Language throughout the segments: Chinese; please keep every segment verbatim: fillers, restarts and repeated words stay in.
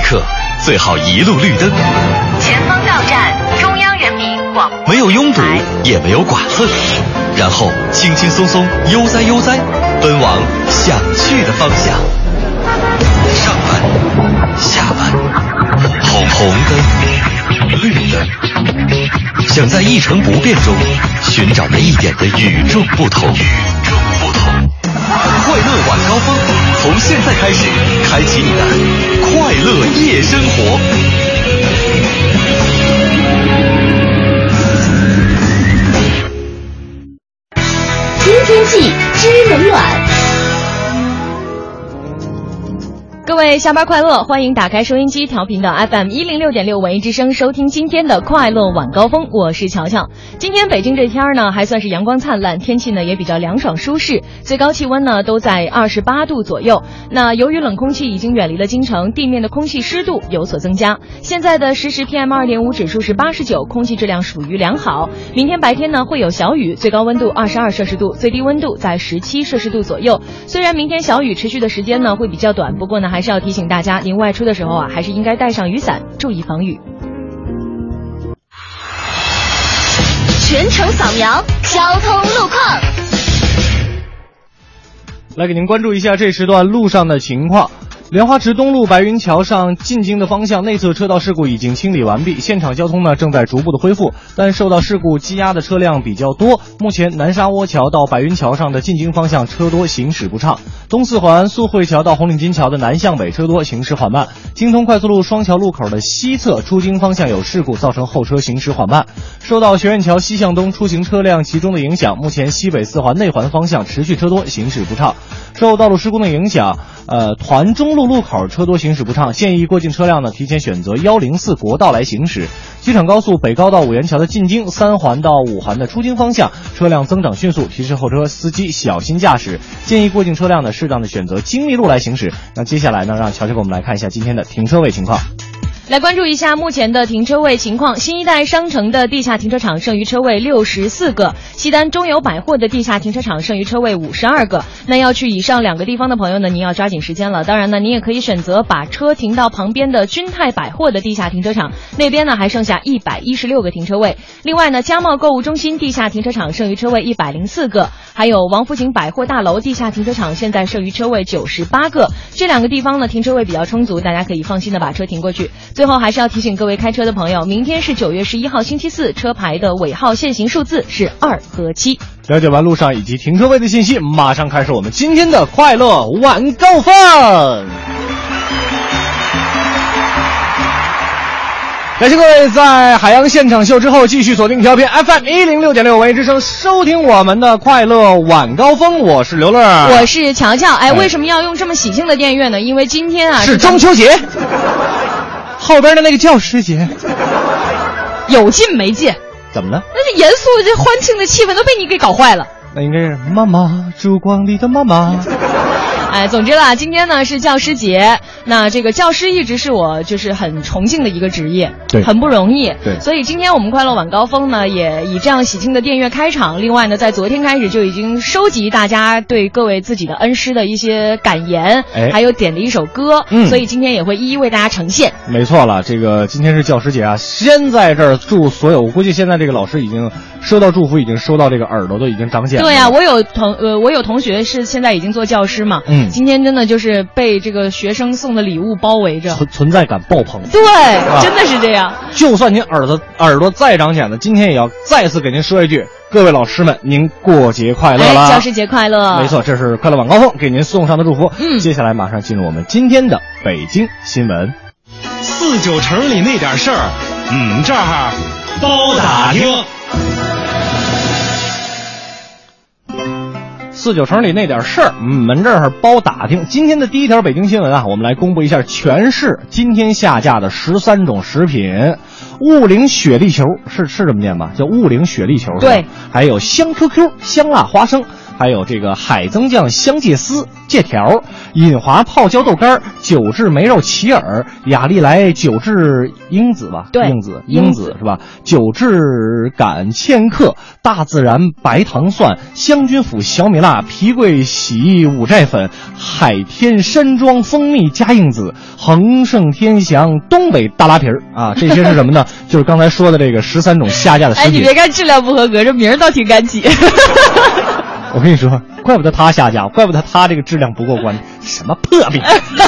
车最好一路绿灯。 前方到站中央人民广播， 没有拥堵，也没有剐蹭，然后轻轻松松悠哉悠哉奔往想去的方向。上班下班，红红灯绿灯，想在一成不变中寻找那一点的与众不同。与众不同，快乐晚高峰，从现在开始，开启你的快乐夜生活。 听天气知冷暖。 各位下班快乐，欢迎打开收音机调频的 F M 一零六点六文艺之声，收听今天的快乐晚高峰，我是乔乔。今天北京这天呢还算是阳光灿烂，天气呢也比较凉爽舒适，最高气温呢都在二十八度左右。那由于冷空气已经远离了京城，地面的空气湿度有所增加，现在的实时 P M 二点五 指数是八十九，空气质量属于良好。明天白天呢会有小雨，最高温度二十二摄氏度，最低温度在十七摄氏度左右。虽然明天小雨持续的时间呢会比较短，不过呢还是要提醒大家，您外出的时候啊，还是应该带上雨伞，注意防雨。 全程扫描交通路况， 来给您关注一下这时段路上的情况。莲花池东路白云桥上进京的方向内侧车道事故已经清理完毕，现场交通呢正在逐步的恢复，但受到事故积压的车辆比较多。目前南沙窝桥到白云桥上的进京方向车多，行驶不畅。东四环素汇桥到红领巾桥的南向北车多，行驶缓慢。京通快速路双桥路口的西侧出京方向有事故，造成后车行驶缓慢。受到学院桥西向东出行车辆集中的影响，目前西北四环内环方向持续车多，行驶不畅。受道路施工的影响，呃，团中路路口车多，行驶不畅，建议过境车辆呢提前选择一零四国道来行驶。机场高速北高到五元桥的进京，三环到五环的出京方向车辆增长迅速，提示后车司机小心驾驶。建议过境车辆呢适当的选择京密路来行驶。那接下来呢，让乔乔给我们来看一下今天的停车位情况。 来关注一下目前的停车位情况。新一代商城的地下停车场剩余车位六十四个，西单中友百货的地下停车场剩余车位五十二个。那要去以上两个地方的朋友呢，您要抓紧时间了。当然呢，您也可以选择把车停到旁边的君泰百货的地下停车场，那边呢还剩下一百一十六个停车位。另外呢，家贸购物中心地下停车场剩余车位一百零四个，还有王府井百货大楼地下停车场现在剩余车位九十八个。这两个地方呢停车位比较充足，大家可以放心的把车停过去。最后还是要提醒各位开车的朋友，明天是九月十一号星期四，车牌的尾号限行数字是二和七。 了解完路上以及停车位的信息，马上开始我们今天的快乐晚高峰。感谢各位在海洋现场秀之后继续锁定调频 F M 一零六点六文艺之声，收听我们的快乐晚高峰。我是刘乐， 我是乔乔。哎，为什么要用这么喜庆的电乐呢？因为今天啊是中秋节，后边的那个教师节有劲没劲？ 怎么了？ 那这严肃的这欢庆的气氛都被你给搞坏了。 那应该是妈妈，烛光里的妈妈。 哎，总之啦，今天呢是教师节，那这个教师一直是我就是很崇敬的一个职业， 对， 很不容易， 对， 所以今天我们快乐晚高峰呢也以这样喜庆的电乐开场。另外呢，在昨天开始就已经收集大家对各位自己的恩师的一些感言， 哎， 还有点了一首歌， 嗯， 所以今天也会一一为大家呈现。 没错了，这个今天是教师节啊，先在这儿祝所有，我估计现在这个老师已经收到祝福，已经收到这个耳朵都已经长茧了。 对呀、啊，我有同呃我有同学是现在已经做教师嘛， 嗯， 今天真的就是是被这个学生送的礼物包围着， 存存在感爆棚。 对、啊，真的是这样。 就算您耳朵耳朵再长茧了，今天也要再次给您说一句，各位老师们，您过节快乐啦！ 哎、教师节快乐！ 没错，这是快乐晚高峰给您送上的祝福。 嗯， 接下来马上进入我们今天的北京新闻。 四九城里那点事儿，嗯，这儿包打听。 四九城里那点事儿，嗯，门这儿包打听。今天的第一条北京新闻啊，我们来公布一下全市今天下架的十三种食品。雾灵雪莉球是是这么念吧？叫雾灵雪莉球。 对， 还有香 Q Q、香辣花生， 还有这个海增酱香芥丝芥条、隐华泡椒豆干、酒制梅肉奇尔、雅丽来酒制英子吧， 对， 英子英子是吧？酒制感芡克、大自然白糖蒜、香君府小米辣、皮桂喜五寨粉、海天山庄蜂蜜加硬子、恒盛天祥东北大拉皮儿啊，这些是什么呢？就是刚才说的这个十三种下架的食品。 哎，你别看质量不合格，这名儿倒挺干气。 我跟你说，怪不得他下架，怪不得他这个质量不过关，什么破饼。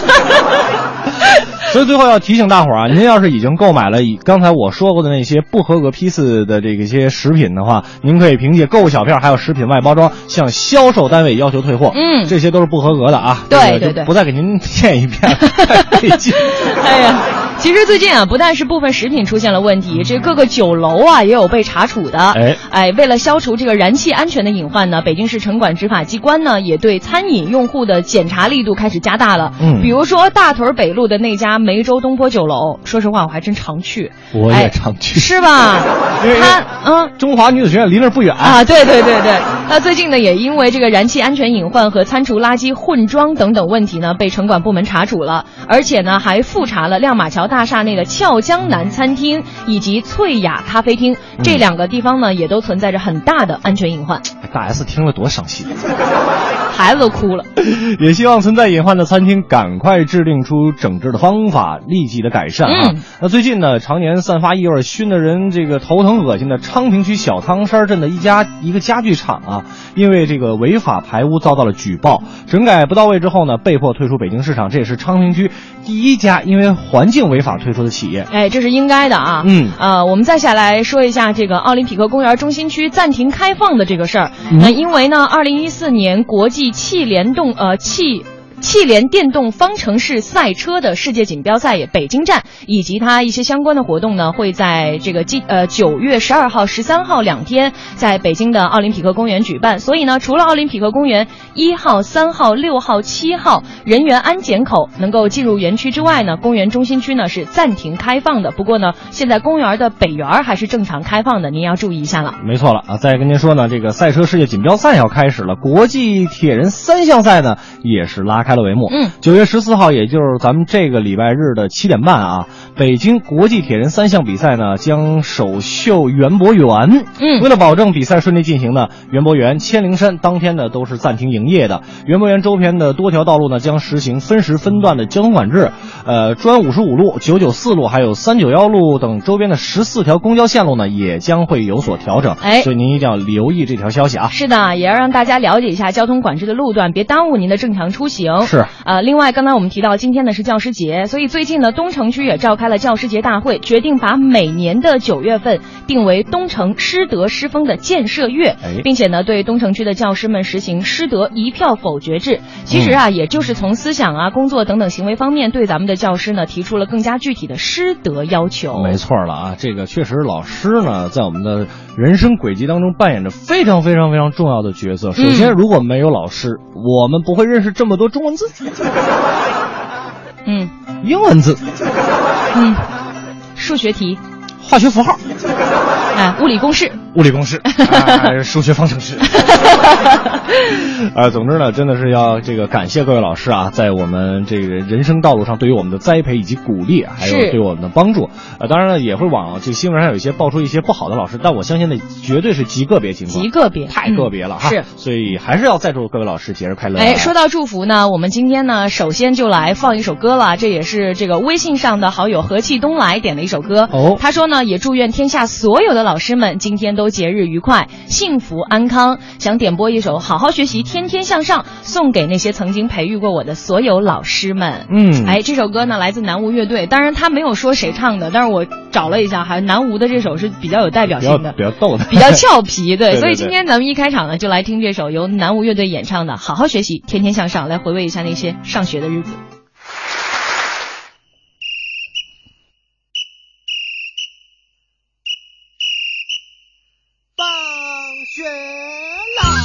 所以最后要提醒大伙儿啊，您要是已经购买了以刚才我说过的那些不合格批次的这个些食品的话，您可以凭借购物小票还有食品外包装向销售单位要求退货。 嗯， 这些都是不合格的啊。 对对对， 不再给您念一遍了，太费劲。 哎呀。其实最近啊，不但是部分食品出现了问题，这各个酒楼啊也有被查处的。 哎， 哎，为了消除这个燃气安全的隐患呢，北京市城管执法机关呢也对餐饮用户的检查力度开始加大了。 嗯， 比如说大屯北路的那家梅州东坡酒楼，说实话我还真常去。 我也常去， 哎、是吧？他嗯， 中华女子学院离那儿不远啊。对对对对，那最近呢也因为这个燃气安全隐患和餐厨垃圾混装等等问题呢，被城管部门查处了，而且呢还复查了亮马桥大厦内的俏江南餐厅以及翠雅咖啡厅，这两个地方呢也都存在着很大的安全隐患。 大 S 听了多伤心， 孩子都哭了。 也希望存在隐患的餐厅赶快制定出整治的方法，立即的改善啊。 嗯、 那最近呢，常年散发异味熏得人这个头疼恶心的昌平区小汤山镇的一家一个家具厂啊，因为这个违法排污遭到了举报，整改不到位之后呢，被迫退出北京市场。这也是昌平区第一家因为环境违法退出的企业。 哎，这是应该的啊。 嗯， 呃，我们再下来说一下这个奥林匹克公园中心区暂停开放的这个事儿。 嗯、 那因为呢，二零一四年国际气联动呃气。汽联电动方程式赛车的世界锦标赛也北京站以及它一些相关的活动呢，会在这个呃九月十二号、十三号两天在北京的奥林匹克公园举办。所以呢，除了奥林匹克公园一号、三号、六号、七号人员安检口能够进入园区之外呢，公园中心区呢是暂停开放的。不过呢，现在公园的北园还是正常开放的，您要注意一下了。 没错了啊，再跟您说呢，这个赛车世界锦标赛要开始了，国际铁人三项赛呢也是拉开了帷幕。 嗯， 九月十四号，也就是咱们这个礼拜日的七点半啊，北京国际铁人三项比赛呢将首秀园博园。 嗯， 为了保证比赛顺利进行呢，园博园、千灵山当天呢都是暂停营业的。园博园周边的多条道路呢将实行分时分段的交通管制，呃，专五十五路、九九四路还有三九幺路等周边的十四条公交线路呢也将会有所调整。 哎， 所以您一定要留意这条消息啊。 是的，也要让大家了解一下交通管制的路段，别耽误您的正常出行。 是。 呃，另外刚才我们提到今天呢是教师节，所以最近呢东城区也召开了教师节大会，决定把每年的九月份定为东城师德师风的建设月，并且呢对东城区的教师们实行师德一票否决制。其实啊、嗯、也就是从思想啊、工作等等行为方面对咱们的教师呢提出了更加具体的师德要求。 没错了啊，这个确实老师呢在我们的人生轨迹当中扮演着非常非常非常重要的角色。首先，如果没有老师，我们不会认识这么多中文字。 嗯， 英文字， 嗯，数学题， 化学符号， 哎，物理公式， 物理公式，啊、数学方程式。啊，总之呢，真的是要这个感谢各位老师啊，在我们这个人生道路上对于我们的栽培以及鼓励，还有对我们的帮助。呃，当然呢，也会往这个新闻上有一些爆出一些不好的老师，但我相信那绝对是极个别情况， 极个别， 太个别了、嗯、哈。 是， 所以还是要再祝各位老师节日快乐。 哎，说到祝福呢，我们今天呢，首先就来放一首歌了，这也是这个微信上的好友和气东来点的一首歌。 哦， 他说呢，也祝愿天下所有的老师们今天都节日愉快、幸福安康。想点播一首《好好学习，天天向上》，送给那些曾经培育过我的所有老师们。 嗯， 哎，这首歌呢来自南无乐队，当然他没有说谁唱的，但是我找了一下，还南无的这首是比较有代表性的， 比较比较逗的， 比较俏皮。对， 对对对， 所以今天咱们一开场呢，就来听这首由南无乐队演唱的《好好学习，天天向上》，来回味一下那些上学的日子。 放学啦！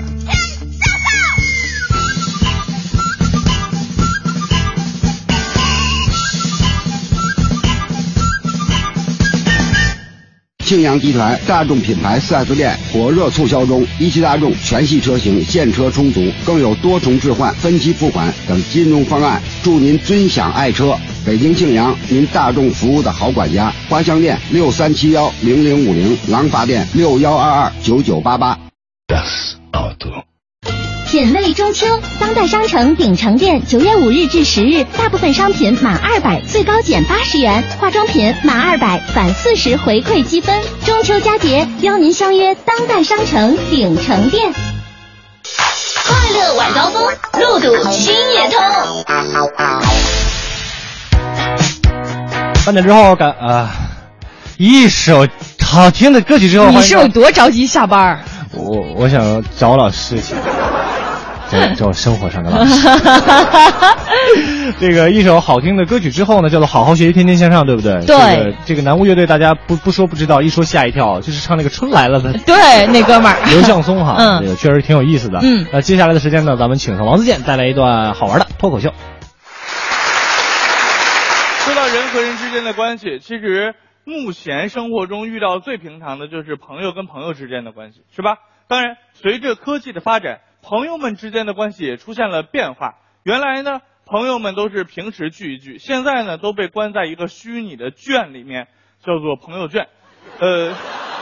庆阳集团大众品牌 四 S 店火热促销中，一汽大众全系车型现车充足，更有多重置换、分期付款等金融方案，祝您尊享爱车。北京庆阳，您大众服务的好管家。花乡店六三七幺零零五零，廊坊店六幺二二九九八八。 品味中秋，当代商城鼎城店九月五日至十日，大部分商品满二百最高减八十元，化妆品满二百返四十回馈积分。中秋佳节，邀您相约当代商城鼎城店。 快乐晚高峰，路堵心也通。 半点之后，感啊，一首好听的歌曲之后， 你是有多着急下班？ 我我想找老师去。 这这我生活上的老师。这个一首好听的歌曲之后呢，叫做《好好学习天天向上》，对不对？ 对。 这个这个南无乐队，大家不不说不知道，一说吓一跳，就是唱那个《春来了》的。 对，那哥们儿刘向松哈， 嗯， 这个确实挺有意思的。 嗯， 那接下来的时间呢，咱们请上王自健带来一段好玩的脱口秀。 说到人和人之间的关系，其实目前生活中遇到最平常的就是朋友跟朋友之间的关系，是吧？当然，随着科技的发展，朋友们之间的关系也出现了变化。原来呢，朋友们都是平时聚一聚，现在呢都被关在一个虚拟的圈里面，叫做朋友圈。呃，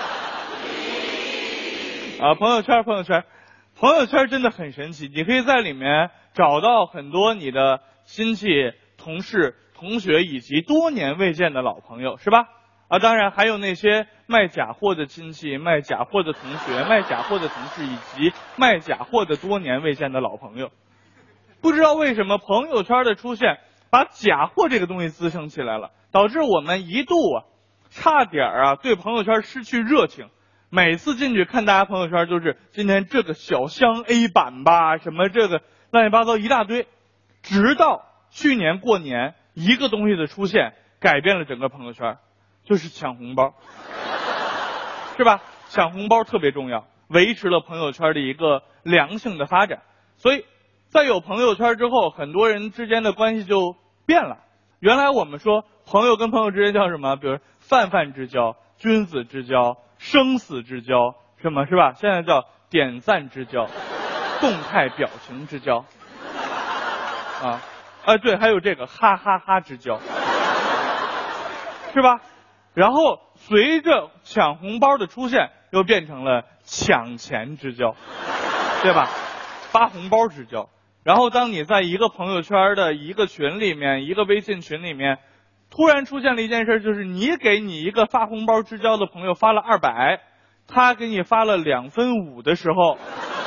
啊，朋友圈，朋友圈，朋友圈真的很神奇，你可以在里面找到很多你的亲戚、同事、同学以及多年未见的老朋友，是吧？啊，当然还有那些卖假货的亲戚、卖假货的同学、卖假货的同事以及卖假货的多年未见的老朋友。不知道为什么朋友圈的出现把假货这个东西滋生起来了，导致我们一度啊差点啊对朋友圈失去热情。每次进去看大家朋友圈就是今天这个小香 A 版吧，什么这个乱七八糟一大堆，直到去年过年一个东西的出现改变了整个朋友圈，就是抢红包，是吧？抢红包特别重要，维持了朋友圈的一个良性的发展。所以在有朋友圈之后，很多人之间的关系就变了。原来我们说朋友跟朋友之间叫什么？比如泛泛之交、君子之交、生死之交，什么是吧？现在叫点赞之交、动态表情之交，啊啊对，还有这个哈哈哈之交，是吧？然后随着抢红包的出现，又变成了抢钱之交，对吧？发红包之交。然后当你在一个朋友圈的一个群里面，一个微信群里面，突然出现了一件事，就是你给你一个发红包之交的朋友发了二百，他给你发了两分五的时候，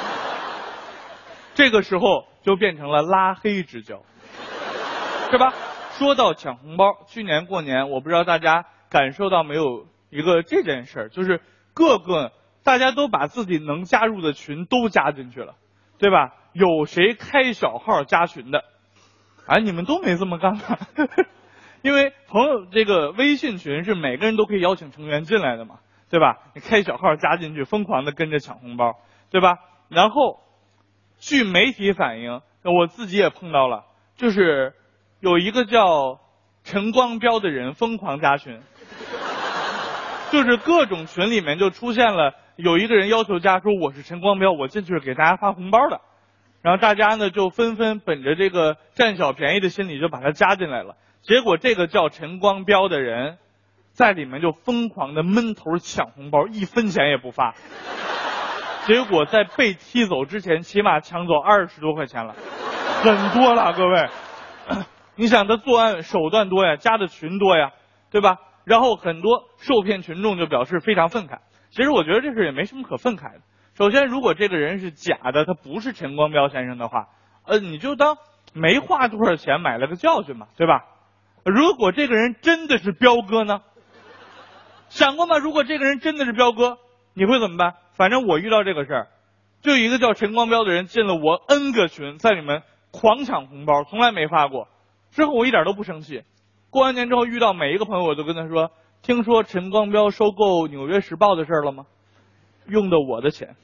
这个时候就变成了拉黑之交，是吧？说到抢红包，去年过年我不知道大家感受到没有一个这件事，就是各个大家都把自己能加入的群都加进去了，对吧？有谁开小号加群的？哎，你们都没这么干吗？因为朋友这个微信群是每个人都可以邀请成员进来的嘛，对吧？你开小号加进去，疯狂的跟着抢红包，对吧？然后据媒体反映，我自己也碰到了，就是有一个叫陈光标的人疯狂加群，就是各种群里面就出现了有一个人要求加，说我是陈光标，我进去是给大家发红包的。然后大家呢就纷纷本着这个占小便宜的心理就把他加进来了。结果这个叫陈光标的人在里面就疯狂的闷头抢红包，一分钱也不发。结果在被踢走之前起码抢走二十多块钱了，很多了各位。你想他作案手段多呀，加的群多呀，对吧？然后很多受骗群众就表示非常愤慨。其实我觉得这事也没什么可愤慨的。首先，如果这个人是假的，他不是陈光标先生的话，呃，你就当没花多少钱买了个教训嘛，对吧？如果这个人真的是彪哥呢？想过吗？如果这个人真的是彪哥，你会怎么办？反正我遇到这个事儿，就一个叫陈光标的人进了我 N 个群，在里面狂抢红包，从来没发过。之后我一点都不生气。过完年之后遇到每一个朋友，我都跟他说：“听说陈光标收购《纽约时报》的事了吗？”用的我的钱。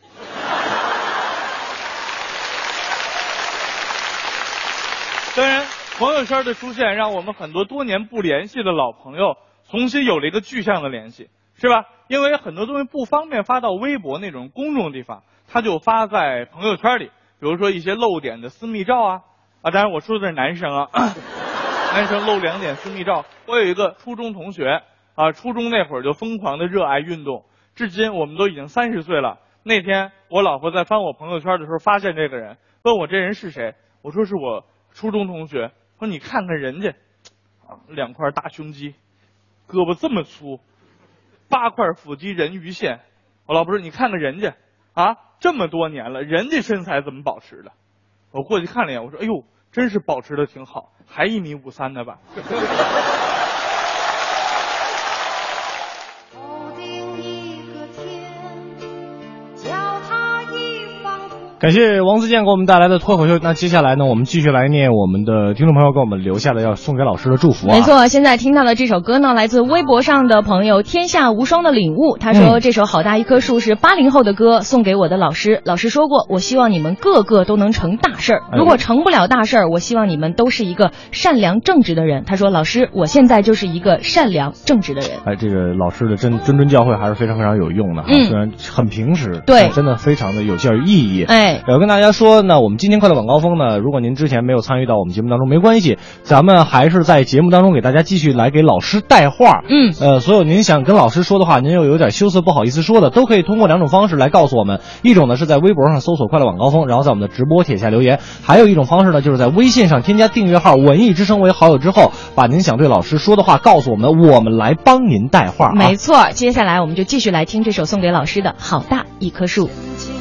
当然，朋友圈的出现让我们很多多年不联系的老朋友重新有了一个具象的联系，是吧？因为很多东西不方便发到微博那种公众的地方，他就发在朋友圈里，比如说一些露点的私密照啊啊，当然我说的是男生啊，男生露两点私密照。我有一个初中同学啊，初中那会儿就疯狂的热爱运动。至今我们都已经三十岁了。那天我老婆在翻我朋友圈的时候发现这个人，问我这人是谁，我说是我初中同学。说你看看人家，两块大胸肌，胳膊这么粗，八块腹肌人鱼线。我老婆说你看看人家啊，这么多年了，人家身材怎么保持的？我过去看了一眼，我说哎呦，真是保持的挺好，还一米五三的吧。 头顶一个天，叫它一方土。 感谢王自健给我们带来的脱口秀。那接下来呢，我们继续来念我们的听众朋友给我们留下的要送给老师的祝福啊。 没错，现在听到的这首歌呢，来自微博上的朋友天下无双的领悟。他说、嗯、这首好大一棵树是八零后的歌，送给我的老师。老师说过，我希望你们个个都能成大事儿。如果成不了大事儿，我希望你们都是一个善良正直的人。他说，老师，我现在就是一个善良正直的人。 哎，这个老师的谆谆谆教诲还是非常非常有用的哈、嗯，虽然很平时， 对， 真的非常的有教育意义。 哎， 要跟大家说。说呢，我们今天快乐晚高峰呢，如果您之前没有参与到我们节目当中，没关系，咱们还是在节目当中给大家继续来给老师带话。 嗯， 呃，所有您想跟老师说的话，您又有点羞涩不好意思说的，都可以通过两种方式来告诉我们。一种呢是在微博上搜索快乐晚高峰，然后在我们的直播帖下留言；还有一种方式呢，就是在微信上添加订阅号文艺之声为好友之后，把您想对老师说的话告诉我们，我们来帮您带话、啊。 没错，接下来我们就继续来听这首送给老师的《好大一棵树》。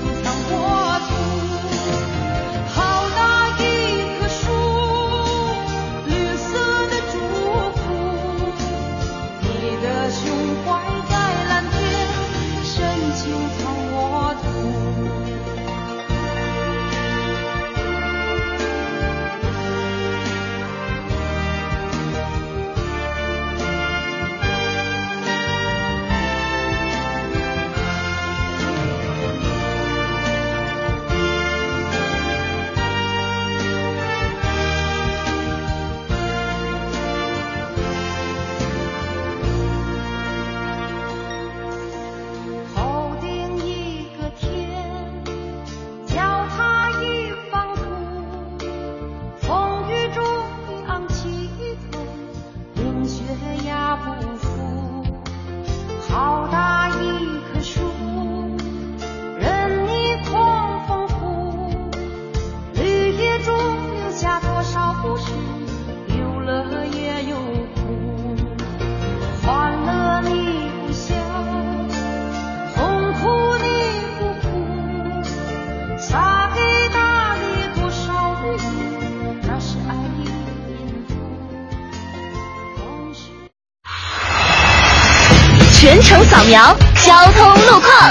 全程扫描交通路况。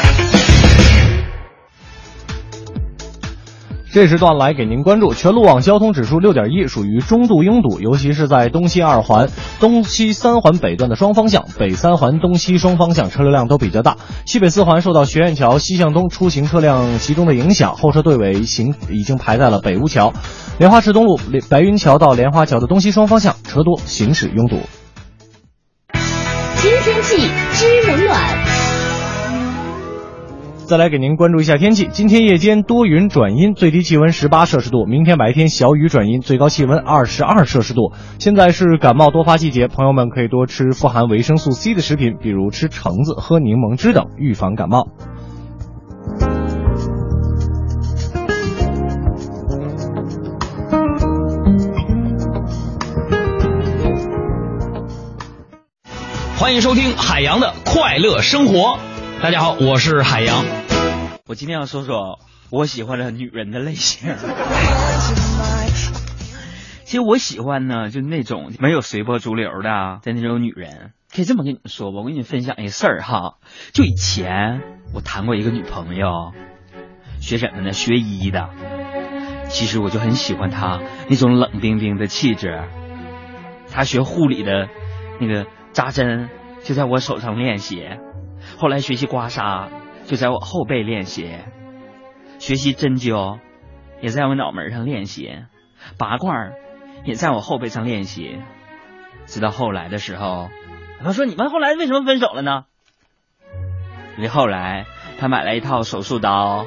这时段来给您关注，全路网交通指数六点一，属于中度拥堵，尤其是在东西二环、东西三环北段的双方向，北三环东西双方向车流量都比较大。西北四环受到学院桥西向东出行车辆集中的影响，后车队尾行已经排在了北吴桥。莲花池东路白云桥到莲花桥的东西双方向车多，行驶拥堵。 新天气知冷暖。 再来给您关注一下天气，今天夜间多云转阴，最低气温十八摄氏度，明天白天小雨转阴，最高气温二十二摄氏度。现在是感冒多发季节，朋友们可以多吃富含维生素 C 的食品，比如吃橙子、喝柠檬汁等，预防感冒。 欢迎收听海洋的快乐生活。大家好，我是海洋。 我今天要说说我喜欢的女人的类型。其实我喜欢呢，就那种没有随波逐流的的那种女人。可以这么跟你们说吧，我跟你们分享一个事儿哈。就以前我谈过一个女朋友，学什么呢？学医的。其实我就很喜欢她那种冷冰冰的气质。她学护理的那个扎针就在我手上练习，后来学习刮痧就在我后背练习，学习针灸也在我脑门上练习，拔罐也在我后背上练习。直到后来的时候，他说你们后来为什么分手了呢？因为后来他买了一套手术刀。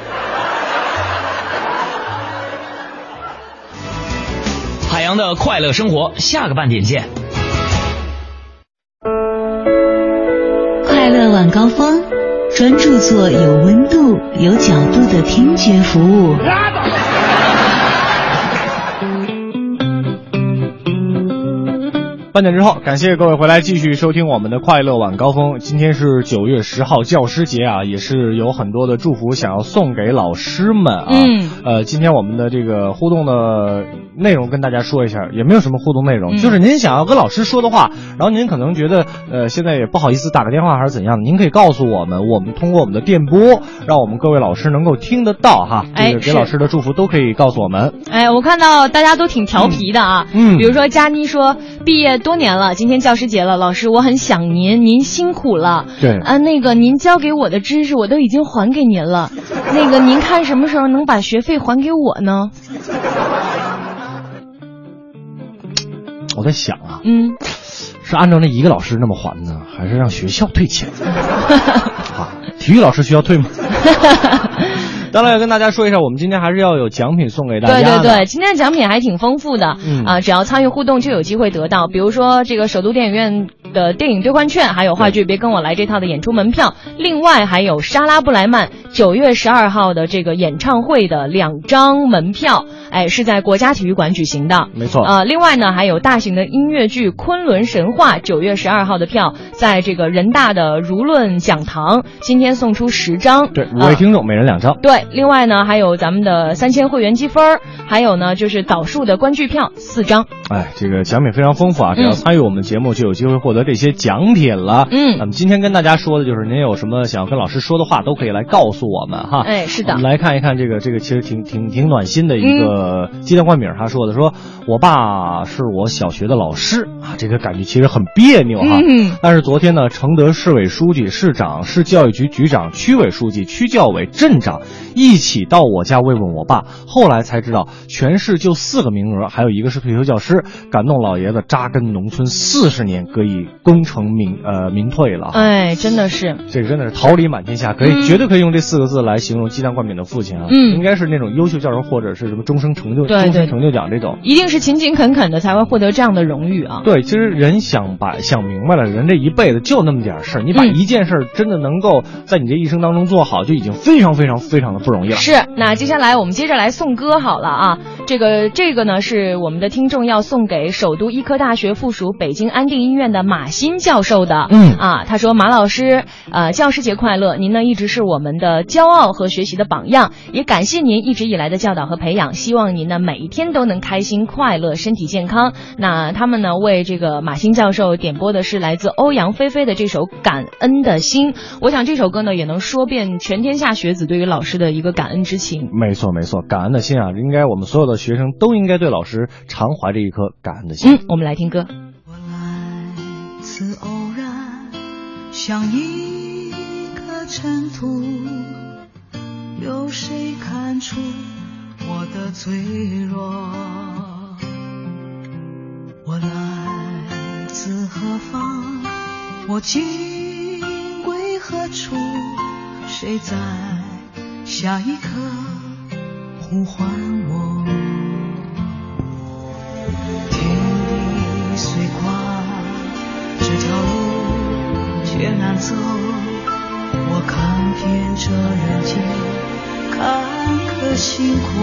海洋的快乐生活，下个半点见。 快乐晚高峰，专注做有温度、有角度的听觉服务。 半点之后，感谢各位回来继续收听我们的快乐晚高峰。今天是九月十号教师节啊，也是有很多的祝福想要送给老师们啊。 嗯， 呃，今天我们的这个互动的内容跟大家说一下，也没有什么互动内容， 嗯、 就是您想要跟老师说的话，然后您可能觉得呃现在也不好意思打个电话还是怎样的，您可以告诉我们，我们通过我们的电波，让我们各位老师能够听得到哈。 哎， 这个给老师的祝福都可以告诉我们。 哎，我看到大家都挺调皮的啊， 嗯， 比如说佳妮说，毕业多年了，今天教师节了，老师我很想您，您辛苦了。 对啊，那个您教给我的知识我都已经还给您了，那个您看什么时候能把学费还给我呢？ 我在想啊， 嗯， 是按照那一个老师那么还呢，还是让学校退钱？啊，体育老师需要退吗？当然要跟大家说一下，我们今天还是要有奖品送给大家的。 对对对，今天的奖品还挺丰富的， 嗯啊，只要参与互动就有机会得到，比如说这个首都电影院的电影兑换券，还有话剧《别跟我来》这套的演出门票，另外还有莎拉布莱曼九月十二号的这个演唱会的两张门票，哎，是在国家体育馆举行的， 没错。 呃，另外呢还有大型的音乐剧《昆仑神话》九月十二号的票，在这个人大的儒论讲堂，今天送出十张， 对，五位听众、呃、每人两张。 对。另外呢，还有咱们的三千会员积分，还有呢就是导数的观剧票四张。 哎，这个奖品非常丰富啊！只要参与我们节目，就有机会获得这些奖品了。 嗯， 那么今天跟大家说的就是，您有什么想要跟老师说的话，都可以来告诉我们哈。 哎，是的。 我们来看一看这个这个，其实挺挺挺暖心的一个鸡蛋灌饼，他说的说，我爸是我小学的老师啊，这个感觉其实很别扭哈。 嗯。 但是昨天呢，承德市委书记、市长、市教育局局长、区委书记、区教委、镇长一起到我家慰问我爸，后来才知道全市就四个名额，还有一个是退休教师，感动老爷子扎根农村四十年，可以功成名呃名退了。 哎，真的是， 这个真的是桃李满天下，可以、嗯、绝对可以用这四个字来形容鸡蛋灌饼的父亲啊。 嗯， 应该是那种优秀教师或者是什么终生成就对对终身成就奖这种， 一定是勤勤恳恳的才会获得这样的荣誉啊。 对，其实人想把想明白了，人这一辈子就那么点事儿，你把一件事真的能够在你这一生当中做好，就已经非常非常非常的不容易了。 是。那接下来我们接着来送歌好了啊，这个这个呢是我们的听众要送给首都医科大学附属北京安定医院的马新教授的。 嗯啊，他说马老师，呃，教师节快乐！您呢一直是我们的骄傲和学习的榜样，也感谢您一直以来的教导和培养，希望您呢每一天都能开心快乐，身体健康。那他们呢为这个马新教授点播的是来自欧阳菲菲的这首《感恩的心》，我想这首歌呢也能说遍全天下学子对于老师的一个感恩之情。 没错没错，感恩的心啊，应该我们所有的学生都应该对老师常怀着一颗感恩的心。 嗯，我们来听歌。 我来自偶然，像一颗尘土，有谁看出我的脆弱？我来自何方，我今归何处？谁在下一刻呼唤我？天地虽宽，这条路艰难走，我看遍这人间坎坷辛苦，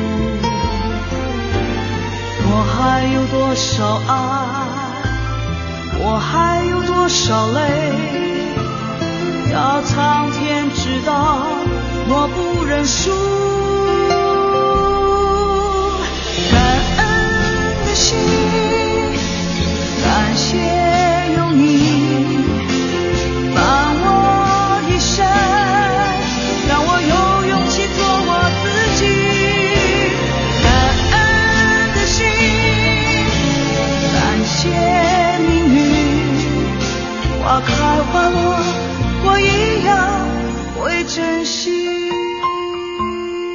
我还有多少爱，我还有多少泪，要苍天知道我不认输。感恩的心，感谢有你伴我一生，让我有勇气做我自己。感恩的心，感谢命运，花开花落我一样会珍惜。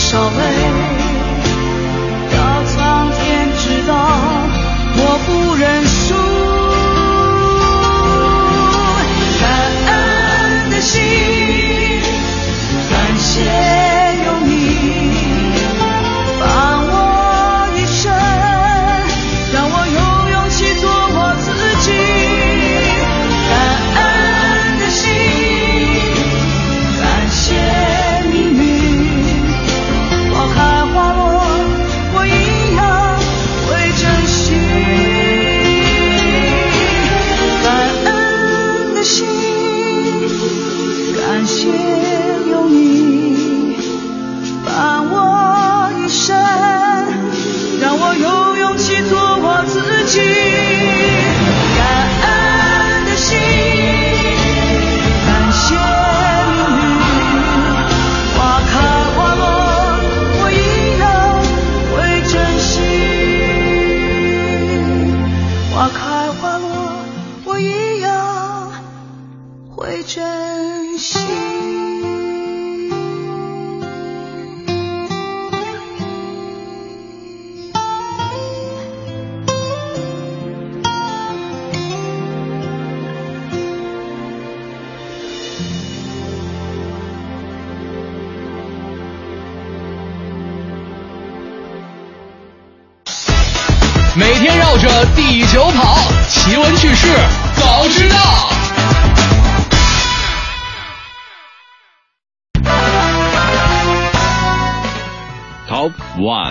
少泪，到苍天知道我不认输。感恩的心，感谢有你伴我一生，让我有勇气做我自己。感恩的心，感谢命运，花开花落我一样会珍惜。感恩的心，感谢有你伴我一生，让我有勇气做我自己。感恩的心，感谢命运，花开花落我一样会珍惜。花开花落我一样会珍惜。 每天绕着地球跑，奇闻趣事早知道。 Top One，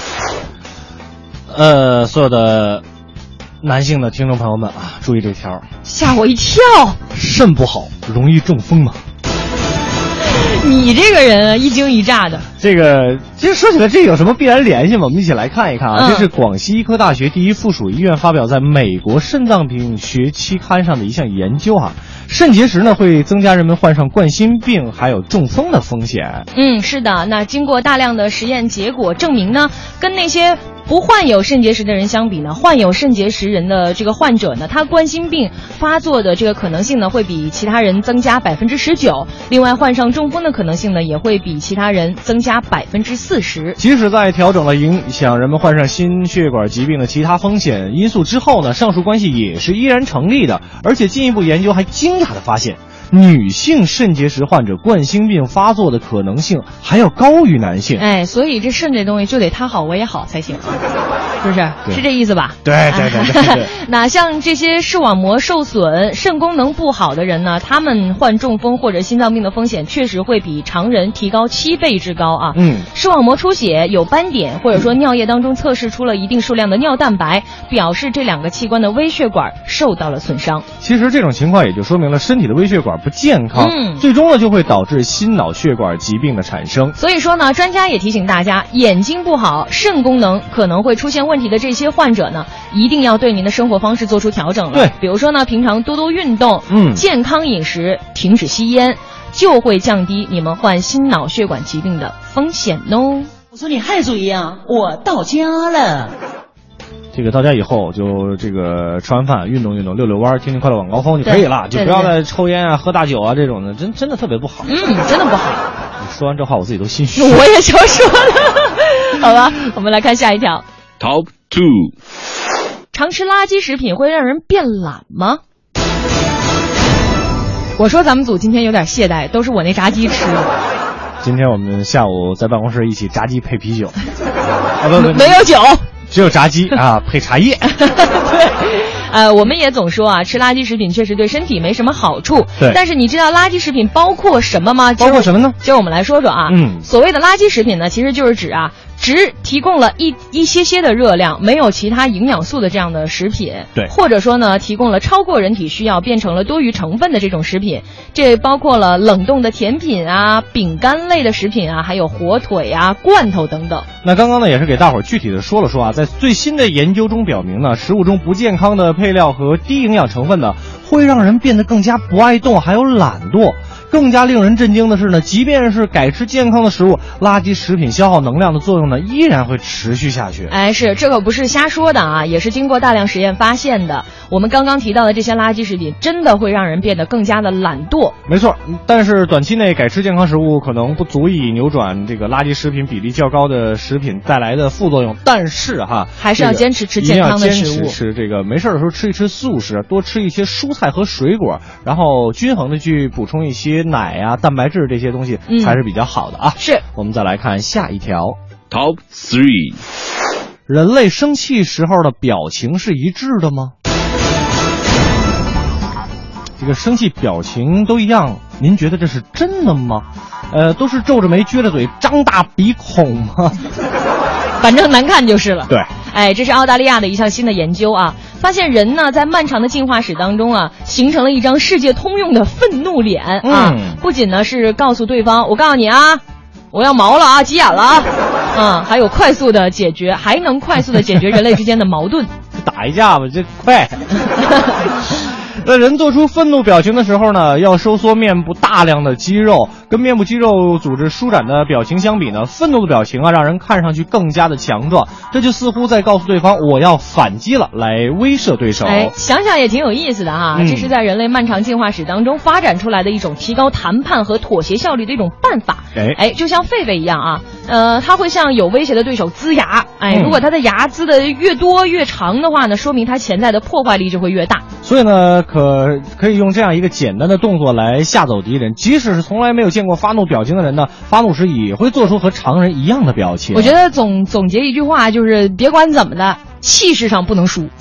呃，所有的男性的听众朋友们啊，注意这条， 吓我一跳， 肾不好，容易中风嘛。 你这个人啊，一惊一乍的。 这个其实说起来，这有什么必然联系吗？我们一起来看一看啊。 嗯、 这是广西医科大学第一附属医院发表在美国肾脏病学期刊上的一项研究啊。肾结石呢会增加人们患上冠心病还有中风的风险。 嗯，是的。那经过大量的实验结果证明呢，跟那些不患有肾结石的人相比呢，患有肾结石人的这个患者呢，他冠心病发作的这个可能性呢，会比其他人增加百分之十九。另外，患上中风的可能性呢，也会比其他人增加百分之四十。 即使在调整了影响人们患上心血管疾病的其他风险因素之后呢，上述关系也是依然成立的。而且进一步研究还惊讶地发现，女性肾结石患者冠心病发作的可能性还要高于男性。 哎，所以这肾这东西就得他好我也好才行，是不是？是这意思吧？ 对对对对对。 那像这些视网膜受损、肾功能不好的人呢，他们患中风或者心脏病的风险确实会比常人提高七倍之高啊。 嗯， 视网膜出血、有斑点，或者说尿液当中测试出了一定数量的尿蛋白，表示这两个器官的微血管受到了损伤。 其实这种情况也就说明了身体的微血管不健康， 嗯， 最终呢就会导致心脑血管疾病的产生。 所以说呢，专家也提醒大家，眼睛不好、肾功能可能会出现问题的这些患者呢，一定要对您的生活方式做出调整了。 对， 比如说呢，平常多多运动， 嗯， 健康饮食，停止吸烟，就会降低你们患心脑血管疾病的风险哦。 我说你还注意啊，我到家了。 这个到家以后就这个吃完饭运动运动溜溜弯听听快乐晚高峰就可以了，就不要再抽烟啊喝大酒啊这种的，真真的特别不好。 嗯，真的不好。 你说完这话我自己都心虚。 我也就说了。好吧，我们来看下一条。 Top Two， 常吃垃圾食品会让人变懒吗？我说咱们组今天有点懈怠，都是我那炸鸡吃的。 今天我们下午在办公室一起炸鸡配啤酒。啊不不， 没有酒。 只有炸鸡啊，配茶叶。 对，呃，我们也总说啊，吃垃圾食品确实对身体没什么好处。 对， 但是你知道垃圾食品包括什么吗？ 包括什么呢？ 今儿我们来说说啊。 嗯， 所谓的垃圾食品呢，其实就是指啊，只提供了一一些些的热量，没有其他营养素的这样的食品。 对， 或者说呢，提供了超过人体需要，变成了多余成分的这种食品。这包括了冷冻的甜品啊、饼干类的食品啊，还有火腿啊、罐头等等。 那刚刚呢，也是给大伙儿具体的说了说啊，在最新的研究中表明呢，食物中不健康的配料和低营养成分呢，会让人变得更加不爱动，还有懒惰。 更加令人震惊的是呢，即便是改吃健康的食物，垃圾食品消耗能量的作用呢，依然会持续下去。 哎，是，这可不是瞎说的啊，也是经过大量实验发现的。我们刚刚提到的这些垃圾食品，真的会让人变得更加的懒惰。 没错，但是短期内改吃健康食物可能不足以扭转这个垃圾食品比例较高的食品带来的副作用，但是哈， 还是要坚持吃健康的食物。 一定要坚持吃这个，没事的时候吃一吃素食，多吃一些蔬菜和水果，然后均衡的去补充一些奶啊、蛋白质这些东西， 嗯、 才是比较好的啊。 是， 我们再来看下一条 Top three， 人类生气时候的表情是一致的吗？这个生气表情都一样，您觉得这是真的吗？呃，都是皱着眉、撅着嘴、张大鼻孔吗？ 反正难看就是了。 对， 哎，这是澳大利亚的一项新的研究啊，发现人呢在漫长的进化史当中啊，形成了一张世界通用的愤怒脸啊。 嗯、 不仅呢是告诉对方，我告诉你啊，我要毛了啊，急眼了啊，啊，还有快速的解决，还能快速的解决人类之间的矛盾。 打一架吧，这快。那人做出愤怒表情的时候呢，要收缩面部大量的肌肉，跟面部肌肉组织舒展的表情相比呢，愤怒的表情啊，让人看上去更加的强壮，这就似乎在告诉对方我要反击了，来威慑对手。 哎，想想也挺有意思的哈，嗯、这是在人类漫长进化史当中发展出来的一种提高谈判和妥协效率的一种办法。 哎哎，就像狒狒一样啊，呃，他会向有威胁的对手呲牙，哎，嗯、如果他的牙呲的越多越长的话呢，说明他潜在的破坏力就会越大。 所以呢，可可以用这样一个简单的动作来吓走敌人，即使是从来没有见过发怒表情的人呢，发怒时也会做出和常人一样的表情。 我觉得总总结一句话就是，别管怎么的，气势上不能输。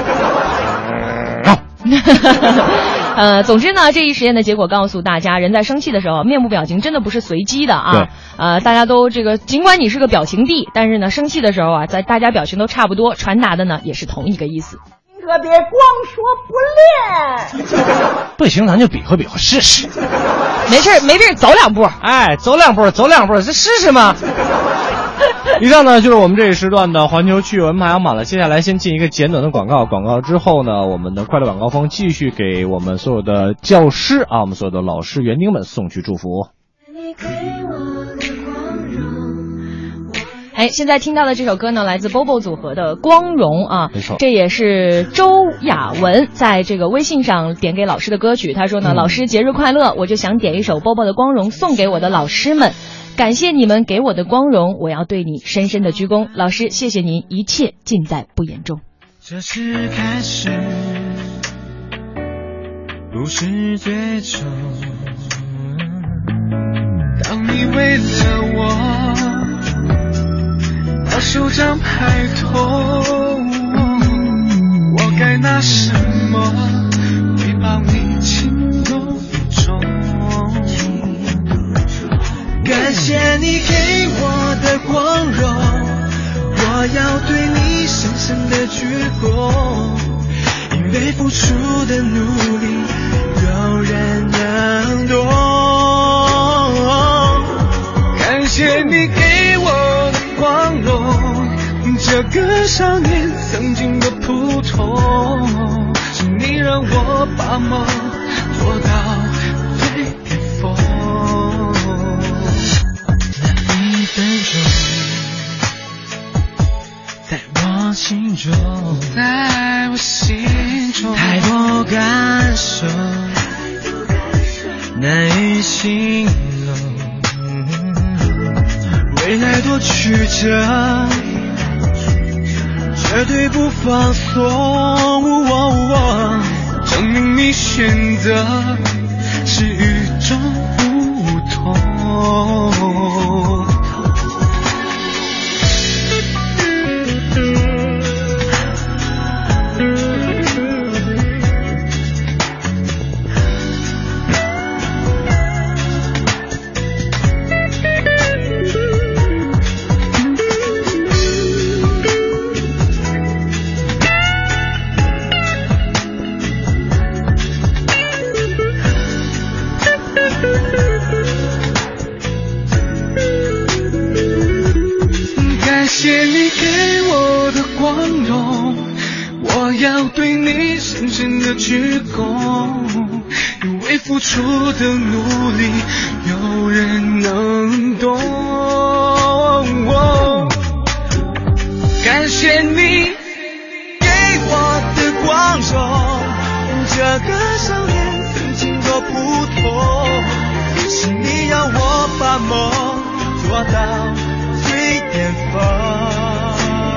呃，总之呢，这一实验的结果告诉大家，人在生气的时候，面部表情真的不是随机的啊。 对。 呃，大家都这个，尽管你是个表情帝，但是呢，生气的时候啊，在大家表情都差不多，传达的呢也是同一个意思。 可别光说不练。 不行，咱就比划比划试试。 没事没事，走两步。 哎，走两步，走两步，这试试吗？以上呢就是我们这一时段的环球趣闻排行榜了。接下来先进一个简短的广告，广告之后呢，我们的快乐晚高峰继续给我们所有的教师啊，我们所有的老师园丁们送去祝福。 哎，现在听到的这首歌呢，来自 Bobo 组合的《光荣》啊， 没错， 这也是周雅文在这个微信上点给老师的歌曲。他说呢，嗯、老师节日快乐，我就想点一首 Bobo 的《光荣》送给我的老师们，感谢你们给我的光荣，我要对你深深的鞠躬。老师，谢谢您，一切尽在不言中。 这是开始，不是最终。当你为了我把手掌拍痛，我该拿什么回报你情有独钟？感谢你给我的光荣，我要对你深深的鞠躬，因为付出的努力有人能懂。感谢你给我的光荣，这个少年曾经的普通，是你让我把梦做到最巅峰。那一分钟在我心中，在我心中太多感受难以形容，为爱多曲折，绝对不放松、哦哦、证明你选择是与众不同。感谢你给我的光荣，我要对你深深的鞠躬，因为为付出的努力有人能懂。感谢你给我的光荣，这个少年曾经多普通，是你让我把梦做到最巅峰。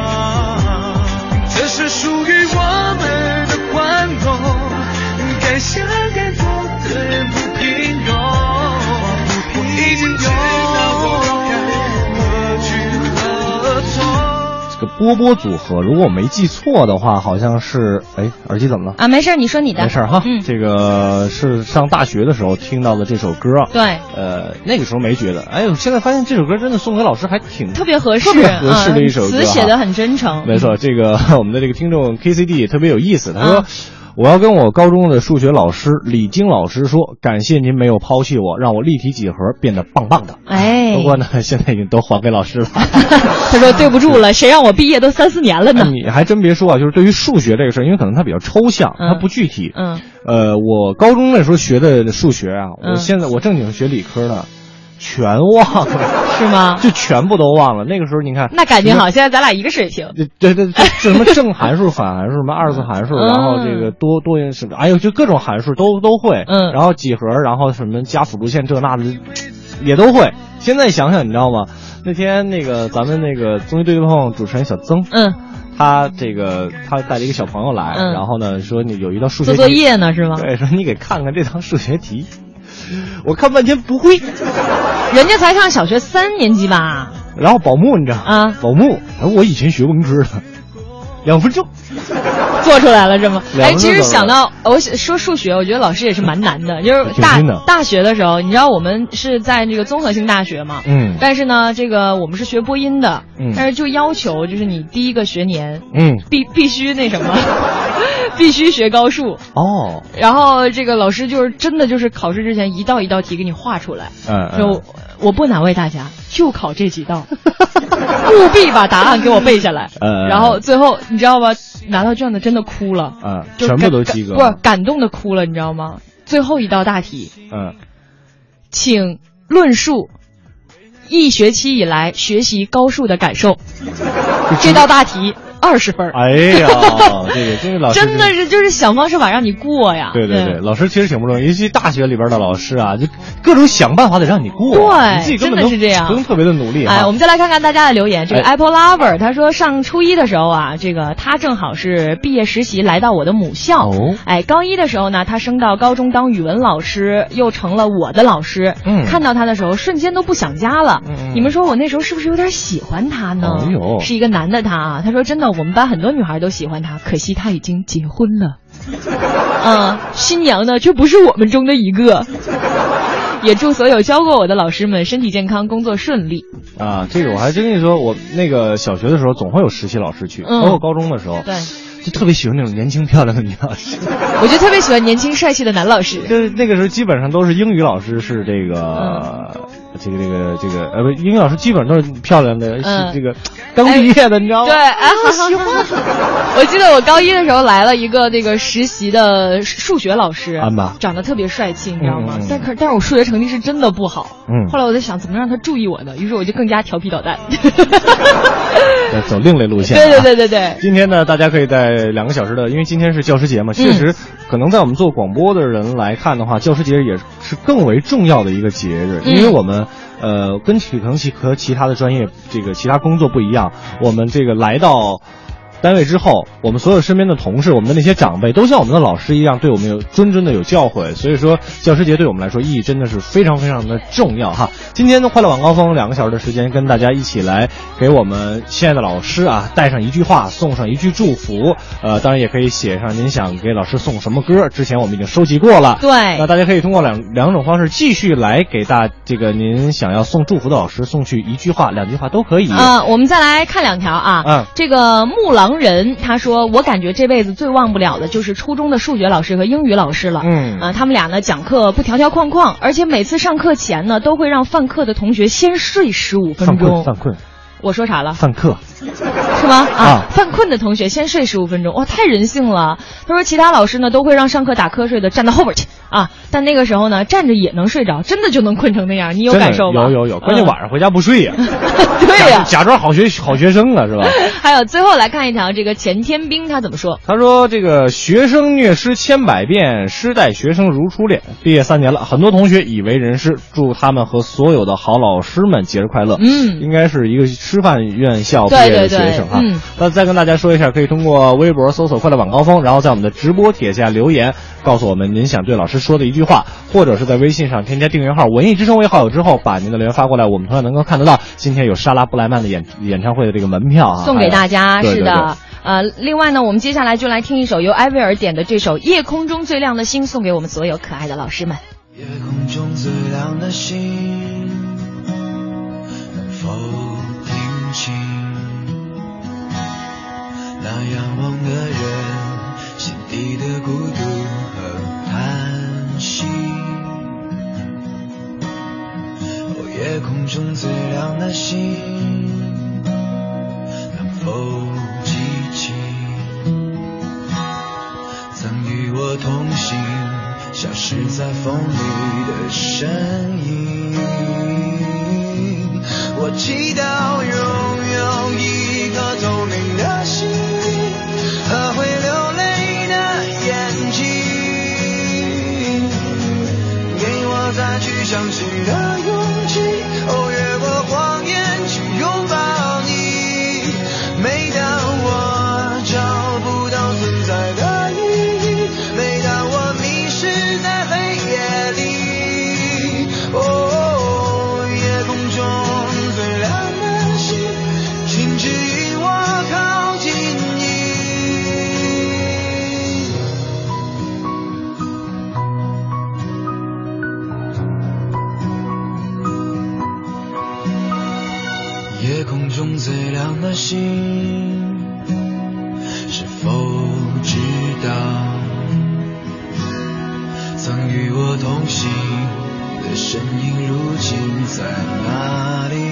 这是属于我们的宽容，敢想敢做的人不平庸，我已经知道我该何去何从。 这个波波组合，如果我没记错的话，好像是，哎，耳机怎么了？ 啊，没事，你说你的。 没事哈， 嗯， 这个是上大学的时候听到的这首歌啊。 对。 呃，那个时候没觉得，哎呦，现在发现这首歌真的送给老师还挺特别合适， 特别合适的一首歌， 词写的很真诚。 没错，这个我们的这个听众 K C D 也特别有意思，他说。 啊我要跟我高中的数学老师李晶老师说，感谢您没有抛弃我，让我立体几何变得棒棒的。 哎， 不过呢，现在已经都还给老师了。 他说对不住了，谁让我毕业都三四年了呢？ 你还真别说啊，就是对于数学这个事儿，因为可能它比较抽象， 嗯、 它不具体。 嗯。 呃，我高中那时候学的数学啊， 嗯、 我现在我正经学理科的。全忘了是吗？ 就全部都忘了。那个时候你看， 那感情好，现在咱俩一个水平。 对对对，这什么正函数、反函数、什么二次函数， 嗯、 然后这个多多元什么，哎呦，就各种函数都都会。 嗯。 然后几何，然后什么加辅助线这那的也都会。现在想想，你知道吗？那天那个咱们那个综艺对对碰主持人小曾， 嗯。 他这个他带了一个小朋友来， 嗯、 然后呢说你有一道数学题做作业呢是吗？ 对，说你给看看这道数学题。我看半天不会， 人家才上小学三年级吧。 然后保木你知道啊？ 保木，我以前学文科的，两分钟做出来了是吗？哎，其实想到我说数学，我觉得老师也是蛮难的，就是大大学的时候，你知道我们是在这个综合性大学嘛， 嗯， 但是呢，这个我们是学播音的， 嗯， 但是就要求就是你第一个学年， 嗯， 必必须那什么。必须学高数哦， 然后这个老师就是真的就是考试之前一道一道题给你画出来， 嗯， 就我不难为大家，就考这几道，务必把答案给我背下来， 嗯， 然后最后你知道吧，拿到卷子真的哭了， 嗯，全部都及格， 不是感动的哭了，你知道吗？最后一道大题， 嗯， 请论述一学期以来学习高数的感受，这道大题。二十分， 哎呀，这个这个老师真的是就是想方设法让你过呀。 对对对，老师其实挺不容易，尤其大学里边的老师啊，就各种想办法得让你过， 对， 你自己根本真的是这样， 不用特别的努力。 哎，我们再来看看大家的留言。这个 Apple Lover 他说，上初一的时候啊，这个他正好是毕业实习来到我的母校。 哦， 哎，高一的时候呢，他升到高中当语文老师，又成了我的老师。 嗯， 看到他的时候，瞬间都不想家了。 嗯， 你们说我那时候是不是有点喜欢他呢？ 哎呦， 是一个男的他啊，他说真的，我们班很多女孩都喜欢他，可惜他已经结婚了。嗯，新娘呢却不是我们中的一个。也祝所有教过我的老师们身体健康，工作顺利。 啊，这个我还真跟你说，我那个小学的时候总会有实习老师去， 嗯、 包括高中的时候， 对， 就特别喜欢那种年轻漂亮的女老师。 我就特别喜欢年轻帅气的男老师。 就是那个时候基本上都是英语老师是这个。嗯这个这个这个呃不，英语老师基本上都是漂亮的， 嗯、 是这个刚毕业的，哎、你知道吗？ 对，哎，好喜欢。我记得我高一的时候来了一个那个实习的数学老师， 安吧， 长得特别帅气，你知道吗？ 嗯嗯、 但可但是我数学成绩是真的不好。 嗯。 后来我在想怎么让他注意我呢？于是我就更加调皮捣蛋。 走另类路线、啊。 对对对对对。 今天呢，大家可以在两个小时的，因为今天是教师节嘛，确实、嗯、可能在我们做广播的人来看的话，教师节也是更为重要的一个节日， 嗯、 因为我们。呃，跟可能其和其他的专业这个其他工作不一样，我们这个来到单位之后，我们所有身边的同事，我们的那些长辈，都像我们的老师一样，对我们有谆谆的有教诲。所以说，教师节对我们来说意义真的是非常非常的重要哈。今天的快乐晚高峰两个小时的时间，跟大家一起来给我们亲爱的老师啊带上一句话，送上一句祝福。呃，当然也可以写上您想给老师送什么歌，之前我们已经收集过了。 对， 那大家可以通过两两种方式继续来给大这个您想要送祝福的老师送去一句话、两句话都可以。 啊、呃，我们再来看两条啊。 嗯， 这个木狼人他说，我感觉这辈子最忘不了的就是初中的数学老师和英语老师了。 嗯， 啊、呃，他们俩呢讲课不条条框框，而且每次上课前呢都会让犯课的同学先睡十五分钟。 犯困。 我说啥了？ 犯课。 是吗？啊，啊犯困的同学先睡十五分钟，哇，太人性了。他说其他老师呢都会让上课打瞌睡的站到后边去啊，但那个时候呢，站着也能睡着，真的就能困成那样，你有感受吗？ 有有有，关键晚上回家不睡呀、啊。 对呀、啊， 假装好学好学生了是吧？ 还有最后来看一条，这个钱天兵他怎么说？ 他说这个学生虐师千百遍，师待学生如初恋。毕业三年了，很多同学已为人师，祝他们和所有的好老师们节日快乐。 嗯， 应该是一个师范院校毕业的学生啊。 嗯， 那再跟大家说一下，可以通过微博搜索快乐晚高峰，然后在我们的直播帖下留言，告诉我们您想对老师说的一句话，或者是在微信上添加订阅号文艺之声为好友之后，把您的留言发过来，我们同样能够看得到。今天有莎拉布莱曼的演演唱会的这个门票啊， 送给大家。 是的， 对对对呃，另外呢，我们接下来就来听一首由艾薇儿点的这首《夜空中最亮的星》，送给我们所有可爱的老师们。 夜空中最亮的星，能否听清那仰望的人心底的孤独和叹息？哦，夜空中最亮的星，能否记起曾与我同行消失在风里的身影？我祈祷拥有一颗透明的心和会流泪的眼睛，给我再去相信的勇气，哦，越过谎言去拥抱你。每当我找不到存在的意义，每当我迷失在黑夜里，哦，夜空中最亮的星，请指引我靠近你。夜空中最亮的星，是否知道曾与我同行的身影如今在哪里？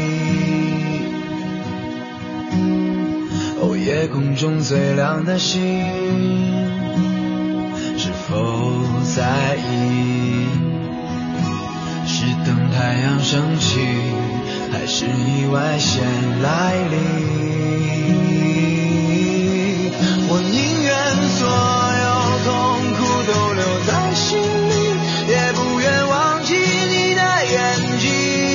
哦，夜空中最亮的星，是否在意？是等太阳升起，还是意外先来临？我宁愿所有痛苦都留在心里，也不愿忘记你的眼睛，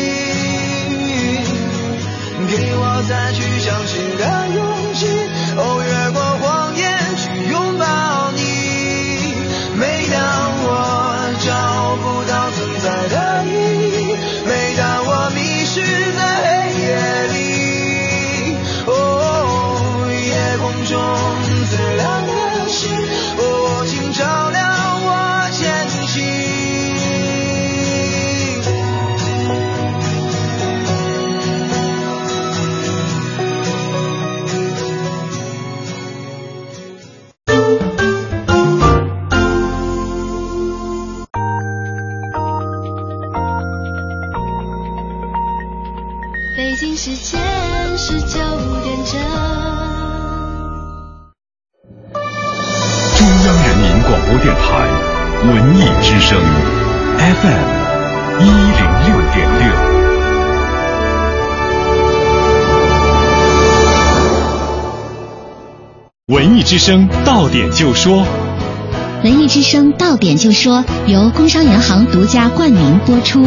给我再去相信的勇气，哦，越过谎言去拥抱你。每当我找不到存在的意义，每当我迷失在黑夜里，哦，夜空中最亮的星，哦，请照亮我前行。 北京时间是九点整。 中央人民广播电台文艺之声 F M 一零六点六。文艺之声到点就说。 文艺之声到点就说由工商银行独家冠名播出。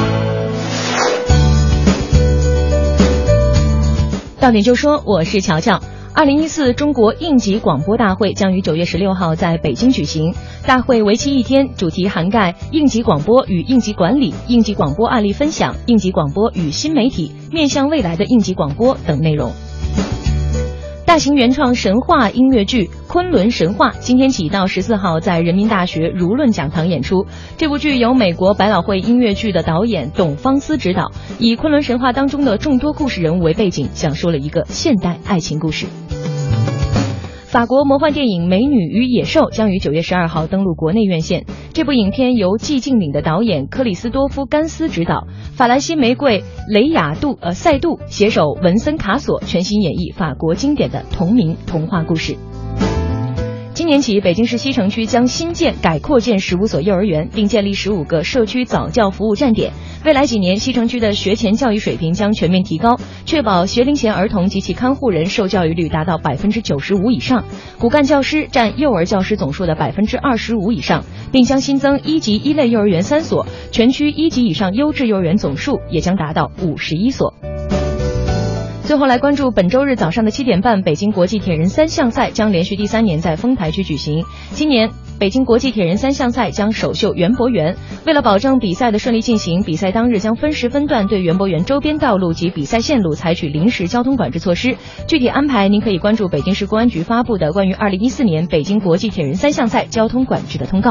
到点就说，我是乔乔。二零一四中国应急广播大会将于九月十六号在北京举行。大会为期一天，主题涵盖应急广播与应急管理、应急广播案例分享、应急广播与新媒体、面向未来的应急广播等内容。大型原创神话音乐剧《昆仑神话》今天起到十四号在人民大学儒论讲堂演出。这部剧由美国百老汇音乐剧的导演董方思执导，以昆仑神话当中的众多故事人物为背景，讲述了一个现代爱情故事。法国魔幻电影《美女与野兽》将于九月十二号登陆国内院线。这部影片由寂静岭的导演克里斯多夫·甘斯执导，法兰西玫瑰雷亚杜呃塞杜携手文森卡索全新演绎法国经典的同名童话故事。 今年起，北京市西城区将新建改扩建十五所幼儿园，并建立十五个社区早教服务站点。未来几年，西城区的学前教育水平将全面提高，确保学龄前儿童及其看护人受教育率达到百分之九十五以上，骨干教师占幼儿教师总数的百分之二十五以上，并将新增一级一类幼儿园三所，全区一级以上优质幼儿园总数也将达到五十一所。最后来关注本周日早上的七点半，北京国际铁人三项赛将连续第三年在丰台区举行。今年北京国际铁人三项赛将首秀园博园，为了保证比赛的顺利进行，比赛当日将分时分段对园博园周边道路及比赛线路采取临时交通管制措施。具体安排您可以关注北京市公安局发布的关于二零一四年北京国际铁人三项赛交通管制的通告。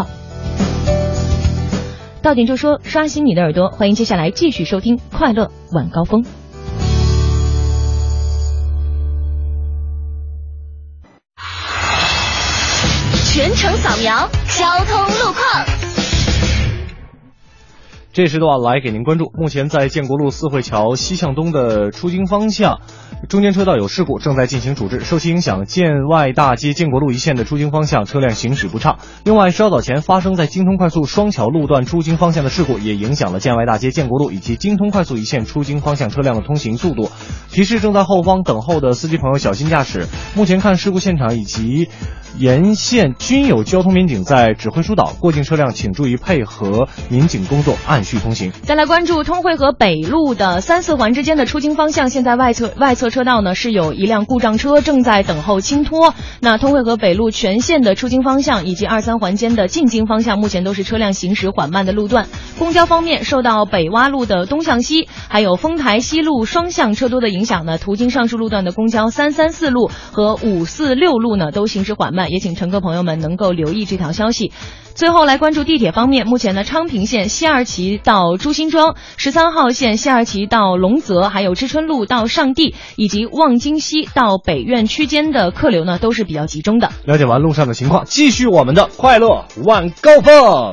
到点就说，刷新你的耳朵，欢迎接下来继续收听快乐晚高峰。 全程扫描交通路况。 这时段来给您关注，目前在建国路四惠桥西向东的出京方向，中间车道有事故，正在进行处置。受其影响，建外大街建国路一线的出京方向车辆行驶不畅。另外，稍早前发生在京通快速双桥路段出京方向的事故，也影响了建外大街建国路以及京通快速一线出京方向车辆的通行速度。提示正在后方等候的司机朋友小心驾驶。目前看事故现场以及沿线均有交通民警在指挥疏导，过境车辆请注意配合民警工作，按序通行。 再来关注通惠河北路的三四环之间的出京方向，现在外侧外侧车道呢是有一辆故障车正在等候清脱。那通惠河北路全线的出京方向以及二三环间的进京方向，目前都是车辆行驶缓慢的路段。公交方面，受到北洼路的东向西还有丰台西路双向车多的影响呢，途经上述路段的公交三三四路和五四六路呢都行驶缓慢，也请乘客朋友们能够留意这条消息。最后来关注地铁方面，目前呢昌平线西二旗到朱辛庄，十三号线西二旗到龙泽，还有知春路到上地，以及望京西到北苑区间的客流呢都是比较集中的。 了解完路上的情况，继续我们的快乐晚高峰。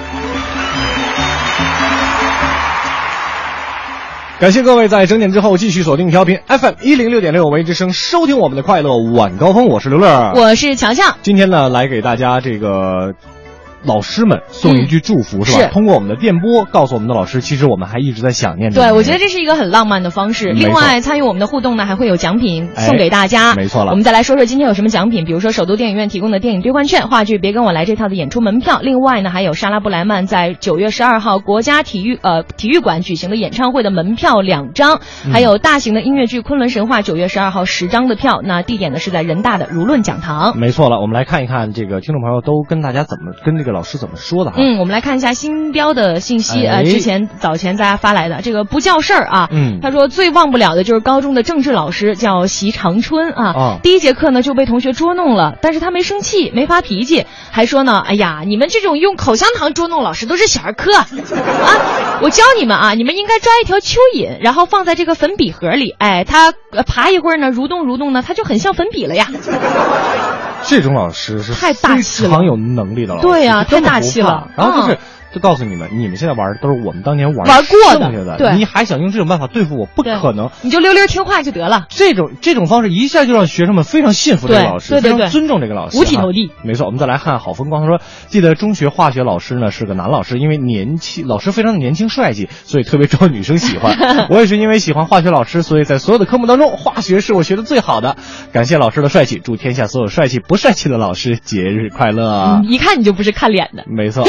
感谢各位在整点之后继续锁定调频 F M 一零六点六文艺之声，收听我们的快乐晚高峰。我是刘乐， 我是乔乔。 今天呢，来给大家这个老师们送一句祝福、嗯、是吧？是通过我们的电波告诉我们的老师，其实我们还一直在想念着。 对，我觉得这是一个很浪漫的方式。另外，参与我们的互动呢，还会有奖品送给大家。 哎、没错了。 我们再来说说今天有什么奖品，比如说首都电影院提供的电影兑换券、话剧《别跟我来》这套的演出门票。另外呢，还有莎拉布莱曼在九月十二号国家体育呃体育馆举行的演唱会的门票两张，嗯、还有大型的音乐剧《昆仑神话》九月十二号十张的票。那地点呢是在人大的如论讲堂。 没错了，我们来看一看这个听众朋友都跟大家怎么跟这个老师怎么说的。 嗯，我们来看一下新标的信息，哎、呃，之前早前大家发来的这个不叫事儿啊，嗯，他说最忘不了的就是高中的政治老师叫席长春啊，哦、第一节课呢就被同学捉弄了，但是他没生气，没发脾气，还说呢，哎呀，你们这种用口香糖捉弄老师都是小儿科啊，我教你们啊，你们应该抓一条蚯蚓，然后放在这个粉笔盒里，哎，它爬一会儿呢，蠕动蠕动呢，它就很像粉笔了呀。 这种老师是太大气了， 非常有能力的老师。 对呀、啊，太大气了。 然后就是。嗯就告诉你们，你们现在玩的都是我们当年玩玩过的， 对， 你还想用这种办法对付我？不可能， 你就溜溜听话就得了。 这种这种方式一下就让学生们非常信服这个老师， 对对对， 非常尊重这个老师， 五体投地。 没错，我们再来看好风光，他说，记得中学化学老师呢是个男老师，因为年轻，老师非常的年轻帅气，所以特别招女生喜欢。我也是因为喜欢化学老师，所以在所有的科目当中，化学是我学的最好的。感谢老师的帅气，祝天下所有帅气不帅气的老师节日快乐。 嗯、一看你就不是看脸的。 没错。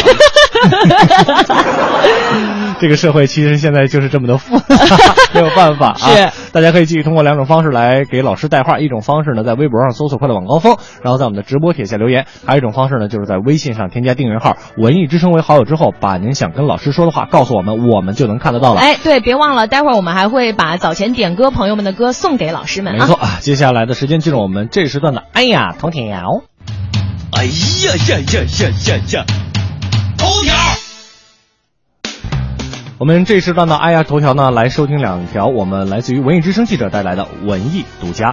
这个社会其实现在就是这么的复杂，没有办法啊。 是， 大家可以继续通过两种方式来给老师带话，一种方式呢在微博上搜索快乐晚高峰，然后在我们的直播帖下留言；还有一种方式呢就是在微信上添加订阅号文艺之声为好友之后，把您想跟老师说的话告诉我们，我们就能看得到了。 哎，对，别忘了，待会儿我们还会把早前点歌朋友们的歌送给老师们、啊。 没错啊，接下来的时间进入我们这时段的哎呀头条。 哎呀呀呀呀呀呀，头条。 我们这时段的哎呀头条呢，来收听两条我们来自于文艺之声记者带来的文艺独家。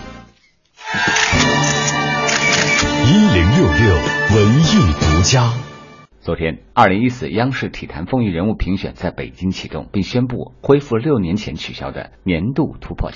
一零六六文艺独家。 昨天，二零一四央视体坛风云人物评选在北京启动，并宣布恢复六年前取消的年度突破奖。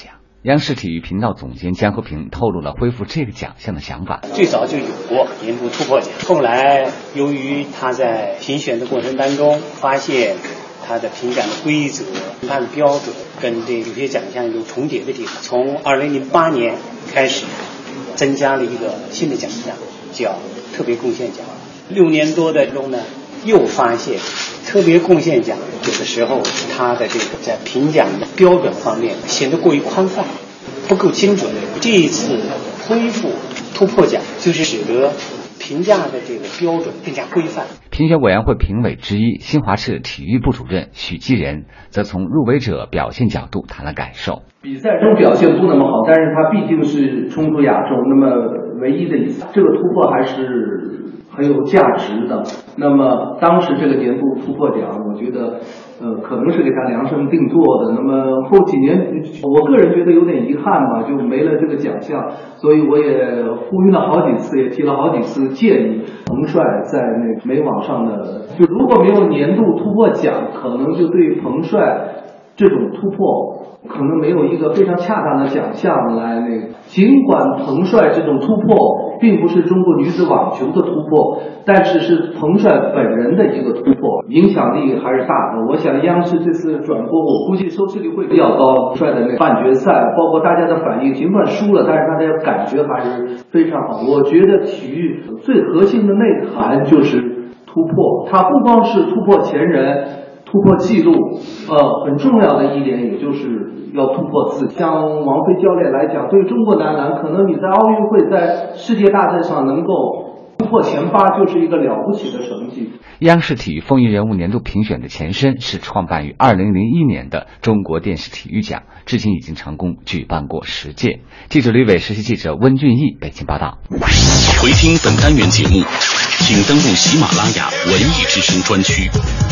央视体育频道总监江和平透露了恢复这个奖项的想法。 最早就有过年度突破奖，后来由于他在评选的过程当中发现他的评奖的规则、评判的标准跟这有些奖项有重叠的地方，从二零零八年开始增加了一个新的奖项，叫特别贡献奖。六年多的中呢，又发现特别贡献奖有的时候它的这个在评奖的标准方面显得过于宽泛，不够精准。这一次恢复突破奖，就是使得评价的这个标准更加规范。 评选委员会评委之一新华社体育部主任许继仁则从入围者表现角度谈了感受。 比赛中表现不那么好，但是他毕竟是冲出亚洲，那么唯一的一次，这个突破还是很有价值的。那么当时这个年度突破奖，我觉得呃，可能是给他量身定做的。那么后几年，我个人觉得有点遗憾吧，就没了这个奖项。所以我也呼吁了好几次，也提了好几次建议，彭帅在那美网上的，就如果没有年度突破奖，可能就对于彭帅这种突破，可能没有一个非常恰当的奖项来那个。尽管彭帅这种突破并不是中国女子网球的突破，但是是彭帅本人的一个突破，影响力还是大的。我想央视这次转播，我估计收视率会比较高。彭帅的那个半决赛，包括大家的反应，尽管输了，但是他的感觉还是非常好。我觉得体育最核心的内涵就是突破，它不光是突破前人、突破纪录，呃，很重要的一点也就是要突破自己。像王菲教练来讲，对中国男篮，可能你在奥运会、在世界大赛上能够突破前八，就是一个了不起的成绩。 央视体育风云人物年度评选的前身是创办于二零零一年的中国电视体育奖，至今已经成功举办过十届。记者吕伟，实习记者温俊义，北京报道。 回听本单元节目，请登录喜马拉雅文艺之声专区。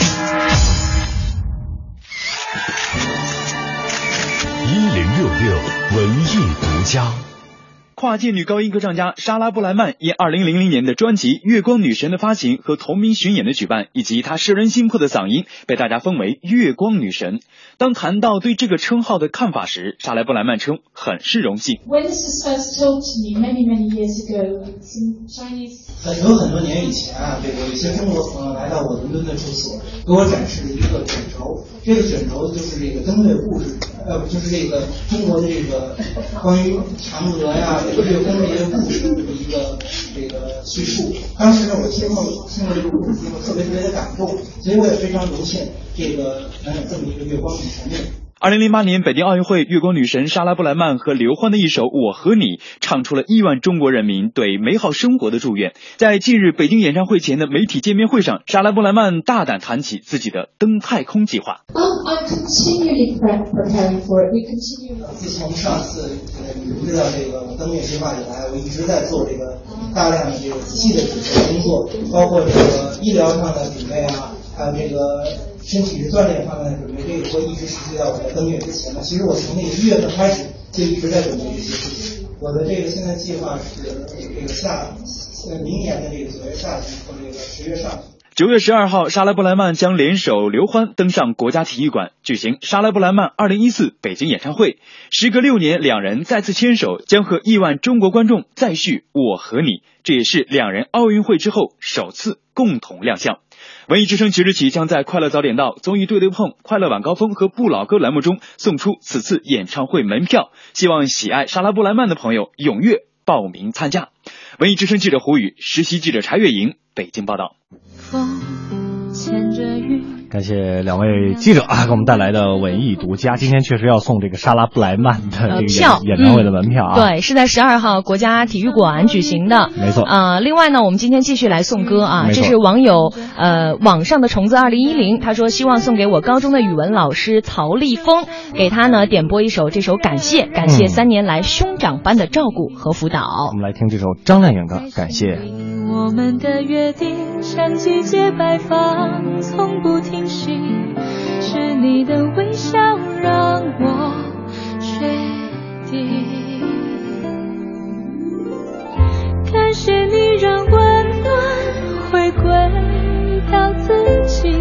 一零六六文艺独家。 跨界女高音歌唱家莎拉布莱曼因二零零零年的专辑《月光女神》的发行和同名巡演的举办，以及她摄人心魄的嗓音，被大家封为月光女神。当谈到对这个称号的看法时，莎拉布莱曼称很是荣幸。 When this was first told to me many many years ago, in Chinese. 很多很多年以前啊，这个有些中国朋友来到我伦敦的住所，给我展示了一个卷轴。这个卷轴就是这个登月故事，呃，就是这个中国的这个关于嫦娥呀、这个月宫这些故事的一个这个叙述。当时呢，我听了听了这个故事之后，特别特别的感动，所以我也非常荣幸这个能有这么一个月光女神的。 二零零八年北京奥运会，月光女神莎拉布莱曼和刘欢的一首《我和你》唱出了亿万中国人民对美好生活的祝愿。在近日北京演唱会前的媒体见面会上，莎拉布莱曼大胆谈起自己的登太空计划。 Um, I'm continually preparing for it. We continue. 自从上次呃你们知道这个登月计划以来，我一直在做这个大量的这个仔细的准备工作，包括这个医疗上的准备啊，还有这个身体的锻炼方面的准备，这个会一直持续到我在登月之前呢。其实我从那个一月份开始就一直在准备这些事情。我的这个现在计划是这个夏，呃，明年的这个九月下旬或这个十月上旬。 九月十二号，莎拉布莱曼将联手刘欢登上国家体育馆，举行莎拉布莱曼二零一四北京演唱会。时隔六年，两人再次牵手，将和亿万中国观众再续我和你，这也是两人奥运会之后首次共同亮相。文艺之声即日起将在快乐早点到、综艺对对碰、快乐晚高峰和不老歌栏目中送出此次演唱会门票，希望喜爱莎拉布莱曼的朋友踊跃报名参加。文艺之声记者胡宇，实习记者柴月莹，北京报道。 感谢两位记者啊，给我们带来的文艺独家。今天确实要送这个莎拉布莱曼的这个演、呃、演唱会的门票啊、 嗯，对，是在十二号国家体育馆举行的， 没错啊、呃。另外呢，我们今天继续来送歌啊，这是网友呃网上的虫子二零一零，他说希望送给我高中的语文老师曹立峰，给他呢点播一首这首感谢，感谢三年来兄长般的照顾和辅导。 嗯、我们来听这首张靓颖的《感谢》。 我们的约定像季节摆放，从不停息，是你的微笑让我确定。感谢你让温暖回归到自己，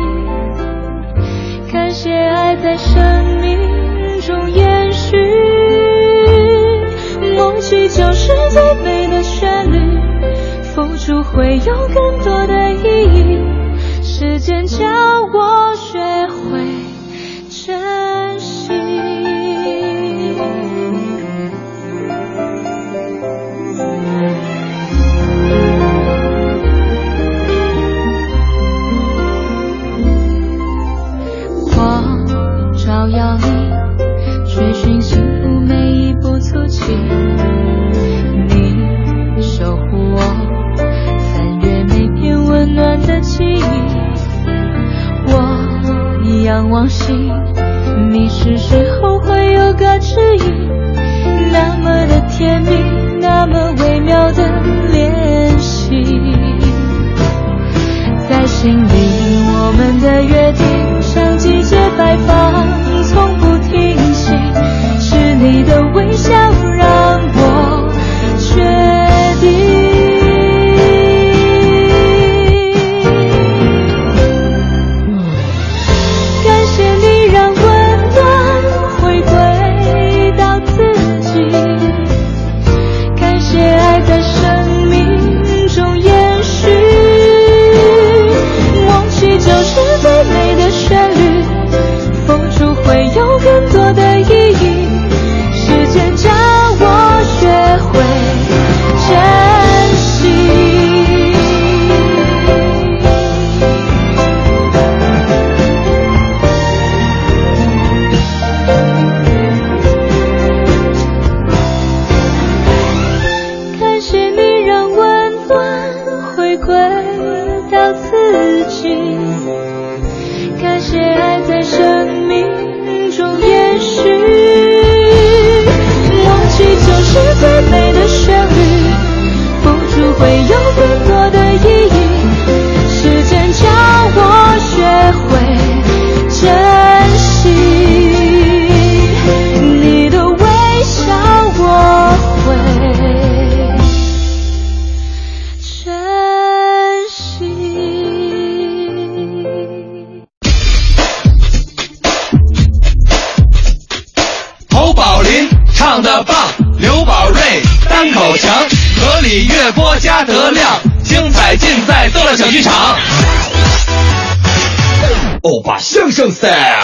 感谢爱在生命中延续。 出会有更多的意义。时间教我学会珍惜。光照耀你，追寻幸福每一步足迹。你守护我，翻阅每片温暖的记忆。我仰望星，迷失时候会有个指引，那么的甜蜜，那么微妙的联系。在心里，我们的约定像季节摆放，从不停息。是你的微笑让我确定。感谢你让温暖回归到自己，感谢爱在生命中延续。梦起就是最美的旋律，付出会有更多的意义。时间教我学会珍惜。感谢你让温暖回归到自己，感谢爱在生命中延续。梦起就是最美的旋律，付出会有更多的意义。时间教我学会珍惜，你的微笑我会珍惜。 侯宝林唱得棒，刘宝瑞单口强，河里月波加德亮，精彩尽在逗乐小剧场。欧巴相声 style。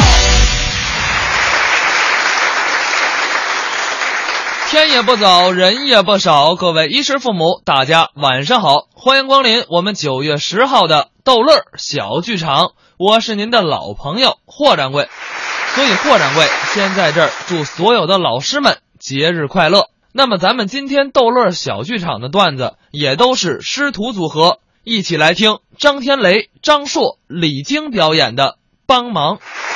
天也不早，人也不少，各位衣食父母，大家晚上好，欢迎光临我们九月十号的逗乐小剧场，我是您的老朋友霍掌柜。所以霍掌柜先在这儿祝所有的老师们节日快乐。那么咱们今天逗乐小剧场的段子也都是师徒组合，一起来听张天雷、张硕、李菁表演的帮忙。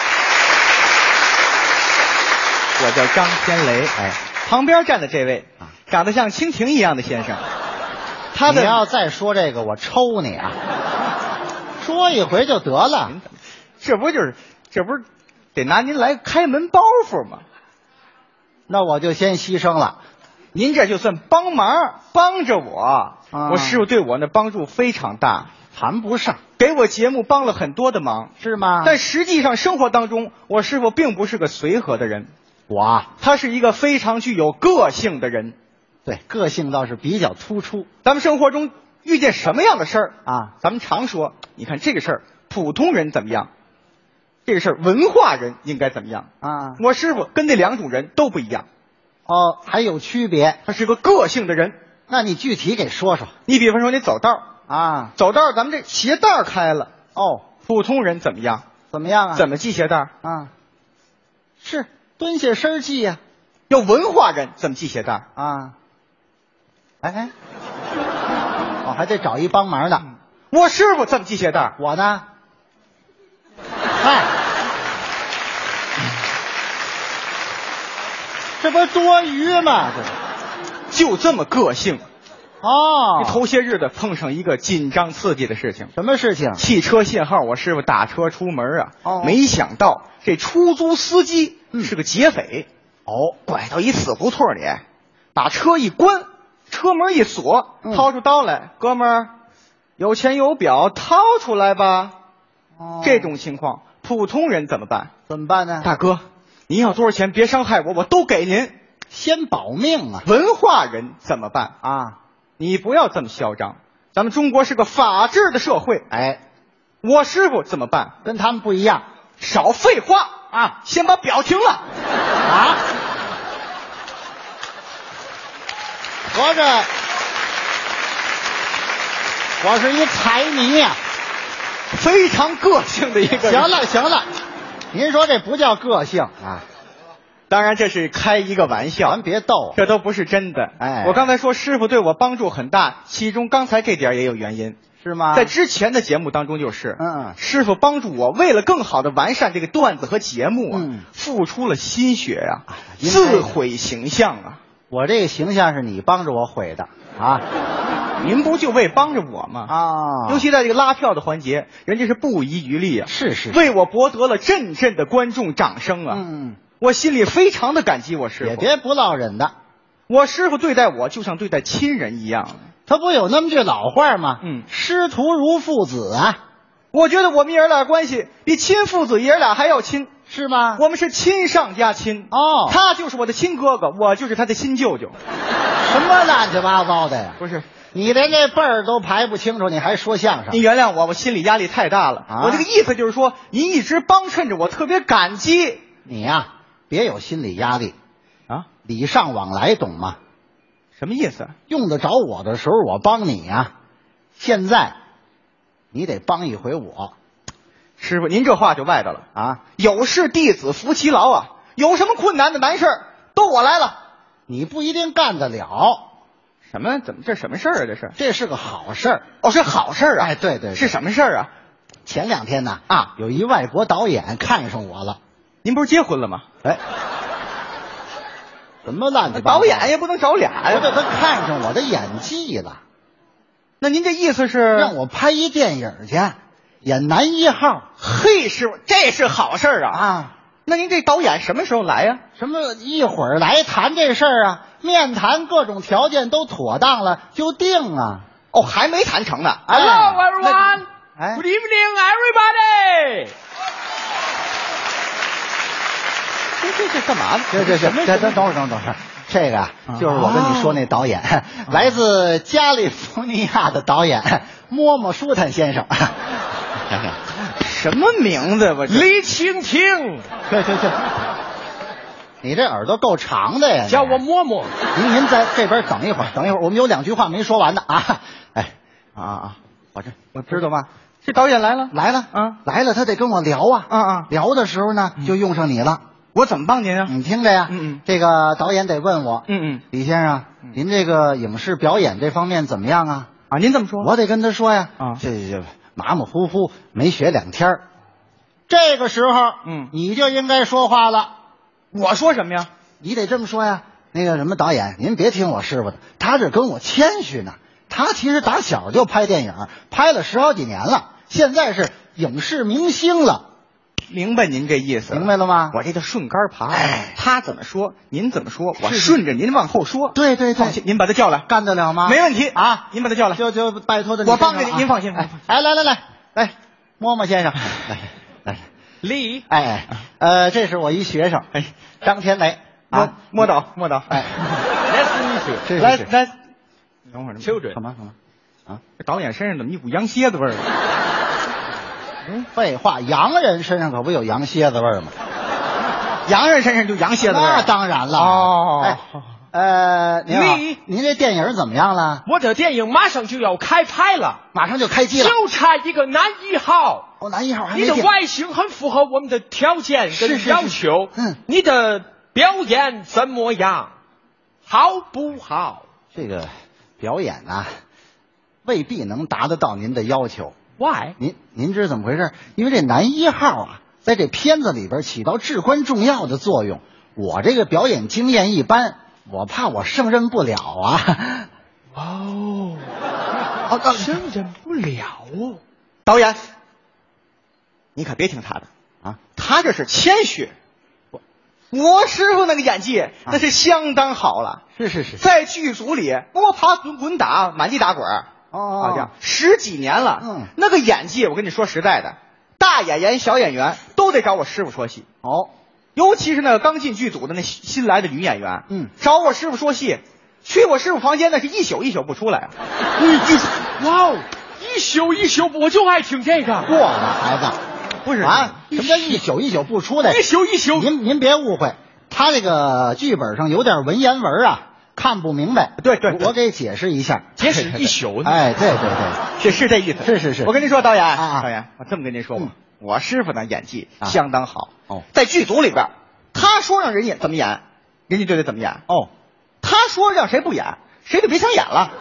我叫张天雷，哎，旁边站的这位长得像蜻蜓一样的先生，他的你要再说这个我抽你啊，说一回就得了。 这不就是这不是得拿您来开门包袱吗？ 那我就先牺牲了。 您这就算帮忙，帮着我。 啊、 我师傅对我的帮助非常大， 谈不上， 给我节目帮了很多的忙， 是吗？ 但实际上生活当中，我师傅并不是个随和的人。 我啊， 他是一个非常具有个性的人。 对，个性倒是比较突出。 咱们生活中遇见什么样的事儿啊？ 咱们常说，你看这个事儿，普通人怎么样？这个事儿，文化人应该怎么样啊？ 我师傅跟那两种人都不一样。 哦，还有区别。 他是个个性的人。 那你具体给说说。 你比方说，你走道啊， 走道，咱们这鞋带开了。 哦， 普通人怎么样？ 怎么样啊？ 怎么系鞋带啊？是蹲下身系呀、啊。 要文化人怎么系鞋带啊？哎哎，哦，还得找一帮忙的。 嗯、我师傅怎么系鞋带？ 我呢？嗨，这不是多余吗？ 这就这么个性哦。 你头些日子碰上一个紧张刺激的事情。 什么事情？ 汽车信号，我师傅打车出门啊， 哦、 没想到这出租司机是个劫匪。 哦、 嗯，拐到一死胡同里，把车一关，车门一锁，掏出刀来，嗯、哥们儿，有钱有表，掏出来吧。 哦， 这种情况，普通人怎么办？ 怎么办呢？ 大哥，您要多少钱？别伤害我，我都给您。 先保命啊！ 文化人怎么办啊？ 你不要这么嚣张， 咱们中国是个法治的社会， 哎， 我师傅怎么办？ 跟他们不一样， 少废话啊！ 先把表停了啊！合着我是一财迷呀、啊， 非常个性的一个人。 行了行了，您说这不叫个性啊？ 当然这是开一个玩笑， 咱别逗， 这都不是真的。 哎， 我刚才说师傅对我帮助很大，其中刚才这点也有原因， 是吗？ 在之前的节目当中就是， 嗯， 师傅帮助我为了更好的完善这个段子和节目啊， 嗯， 付出了心血呀、啊，自毁形象啊。 我这个形象是你帮着我毁的啊。 您不就为帮着我吗？ 啊， 尤其在这个拉票的环节，人家是不遗余力啊， 是是， 为我博得了阵阵的观众掌声啊。 嗯， 我心里非常的感激我师傅， 也别不落忍的。 我师傅对待我就像对待亲人一样， 他不有那么句老话吗？ 嗯， 师徒如父子啊。 我觉得我们爷儿俩关系比亲父子爷儿俩还要亲， 是吗？ 我们是亲上加亲哦， 他就是我的亲哥哥，我就是他的亲舅舅。 什么乱七八糟的呀？ 不是。 你连这辈儿都排不清楚，你还说相声？ 你原谅我，我心里压力太大了。 啊、 我这个意思就是说，您一直帮衬着我，特别感激。 你呀、啊，别有心理压力啊， 礼尚往来，懂吗？ 什么意思？ 用得着我的时候我帮你呀、啊，现在你得帮一回我。 师傅，您这话就外头了啊！ 有事弟子服其劳啊，有什么困难的难事都我来了。 你不一定干得了。 什么？怎么这什么事儿啊？这是这是个好事儿哦，是好事儿啊！ 哎，对 对, 对， 是什么事儿啊？ 前两天呢啊， 有一外国导演看上我了。 您不是结婚了吗？ 哎，怎么乱七八糟？ 导演也不能找俩呀！ 不是，他看上我的演技了。 那您这意思是让我拍一电影去，演男一号？ 嘿，师傅，这是好事儿啊！ 啊， 那您这导演什么时候来呀、 啊？什么一会儿来谈这事儿啊？面谈各种条件都妥当了，就定啊！ 哦，还没谈成呢。 哎、 Hello everyone, 哎 Good evening everybody。 这这这干嘛呢？ 这这这这等等会儿等会儿，这个就是我跟你说那导演，啊、来自加利福尼亚的导演摸摸舒坦先生。 什么名字？我李蜻蜓。 对对对。你这耳朵够长的呀！ 叫我摸摸。 您您在这边等一会儿，等一会儿，我们有两句话没说完呢啊！哎啊啊！我这我知道吗？ 这导演来了， 来了啊， 来了，他得跟我聊啊， 啊啊！ 聊的时候呢，就用上你了。 我怎么帮您啊？ 你听着呀， 嗯嗯， 这个导演得问我， 嗯嗯， 李先生，您这个影视表演这方面怎么样啊？ 啊，您怎么说？ 我得跟他说呀， 啊， 这这马马虎虎没学两天，这个时候， 嗯， 你就应该说话了。 我说什么呀？ 你得这么说呀。那个什么导演，您别听我师傅的，他这跟我谦虚呢。他其实打小就拍电影，拍了十好几年了，现在是影视明星了。 明白您这意思， 明白了吗？ 我这个顺杆爬，哎，他怎么说，您怎么说，我顺着您往后说。 对对对， 放心，您把他叫来， 干得了吗？ 没问题啊， 您把他叫来， 就就拜托的， 我帮着您，您放心。 哎，来来来来，摸摸先生，来来， 李， 哎，呃，这是我一学生，哎，张天雷。 啊，摸倒摸倒， 哎 ，Let's 来来，等会儿 ，Children， 什么什么啊？这导演身上怎么一股羊蝎子味儿？ 嗯，废话，洋人身上可不有羊蝎子味儿吗？ 洋人身上就羊蝎子味儿？ 那当然了。 哦， 哎，呃，您好， 你您这电影怎么样了？ 我的电影马上就要开拍了， 马上就开机了， 就差一个男一号。 哦，男一号还没你的外形很符合我们的条件跟要求， 嗯， 你的表演怎么样？好不好？ 这个表演啊，未必能达得到您的要求。 Why？ 您您知道怎么回事？因为这男一号啊，在这片子里边起到至关重要的作用。我这个表演经验一般，我怕我胜任不了啊。 哦，哦，胜任不了哦。 导演，你可别听他的啊， 他这是谦虚。我师傅那个演技那是相当好了， 是是是， 在剧组里摸爬滚滚打，满地打滚儿， 哦， 好像十几年了， 嗯， 那个演技我跟你说实在的，大演员小演员都得找我师傅说戏， 哦， 尤其是那个刚进剧组的那新来的女演员， 嗯， 找我师傅说戏， 去我师傅房间那是一宿一宿不出来啊！ 一哇哦，一宿一宿，我就爱听这个。 我的孩子， 不是啊，什么叫一宿一宿不出来？ 一宿一宿， 您您别误会，他这个剧本上有点文言文啊，看不明白。 对对， 我给解释一下， 解释一宿。 哎，对对对， 是是这意思。 是是是， 我跟您说，导演啊， 导演，我这么跟您说吧，我师傅呢演技啊相当好哦， 在剧组里边，他说让人演怎么演，人家就得怎么演哦。 他说让谁不演，谁就别想演了。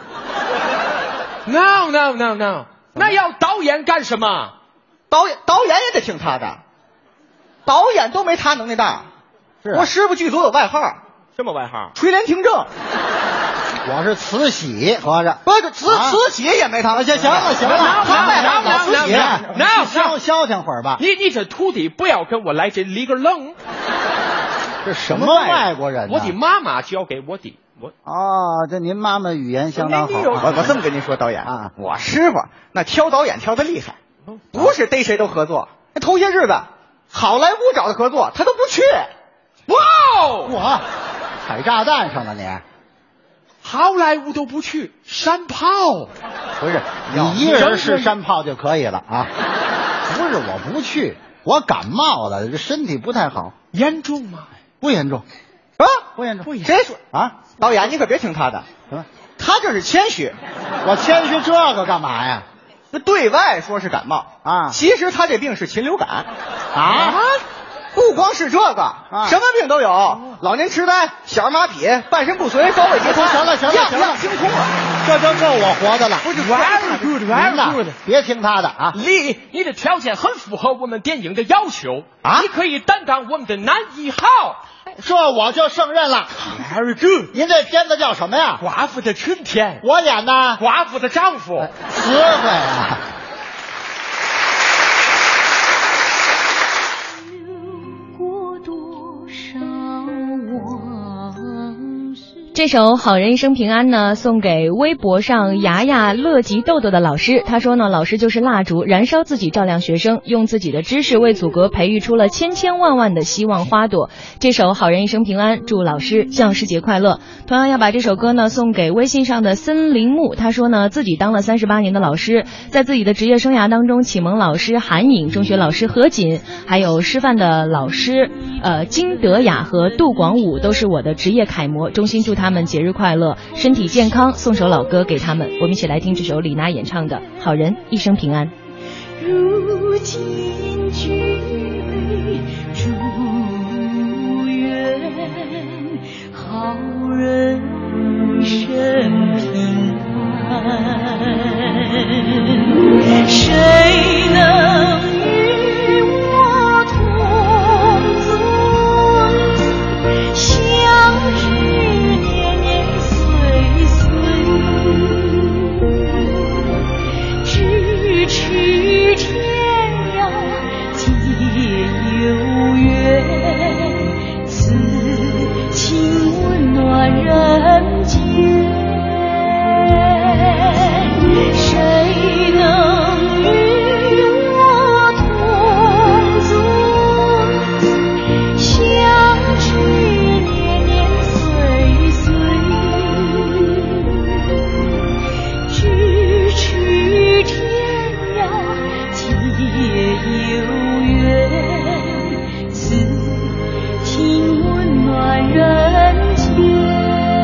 No no no no， 那要导演干什么？ 导演导演也得听他的，导演都没他能耐大。 是啊、 我师傅剧组有外号， 什么外号？ 垂帘听政。 我是慈禧，合着不是慈、啊、慈禧也没他。 行行了行了， 他外号老慈禧， 那消消停会儿吧。 你你这徒弟不要跟我来这里个愣。 这什么外国人、啊？ 我的妈妈教给我的。我哦，这您妈妈语言相当好。 我我这么跟您说，导演啊， 我师傅那挑导演挑的厉害，不是逮谁都合作。那头些日子，好莱坞找的合作他都不去。 哇， 我踩炸弹上了你。 好莱坞都不去，山炮不是你一个人是山炮就可以了啊。不是我不去，我感冒了，这身体不太好。 严重吗？ 不严重。 啊， 不严重， 不严重。谁说啊？导演，你可别听他的， 什么？ 他这是谦虚。 我谦虚这个干嘛呀？ 那对外说是感冒啊， 其实他这病是禽流感啊。 不光是这个，啊、什么病都有，哦、老年痴呆、小儿麻痹、半身不遂、高位截瘫， 行了行了行了， 清空了， 这就够我活的了。 不是 very good very good， 别听他的啊！ 你你的条件很符合我们电影的要求啊， 你可以担当我们的男一号。 这我就胜任了。 Very good。 您这片子叫什么呀？ 寡妇的春天。 我演的。 寡妇的丈夫。 词汇啊。 这首《好人一生平安》呢，送给微博上牙牙乐极豆豆的老师。他说呢，老师就是蜡烛，燃烧自己，照亮学生，用自己的知识为祖国培育出了千千万万的希望花朵。这首《好人一生平安》，祝老师教师节快乐。同样要把这首歌呢送给微信上的森林木。他说呢，自己当了三十八年的老师，在自己的职业生涯当中，启蒙老师韩颖、中学老师何锦，还有师范的老师呃金德雅和杜广武都是我的职业楷模，衷心祝他们节日快乐，身体健康，送首老歌给他们。我们一起来听这首李娜演唱的《好人一生平安》。 如今举杯祝愿，好人生平安，谁能与我同尊，相知年年岁岁，咫尺天涯皆有缘，此情温暖人间，谁能与我同尊，相知年年岁岁，咫尺天涯皆有缘，此情温暖人间。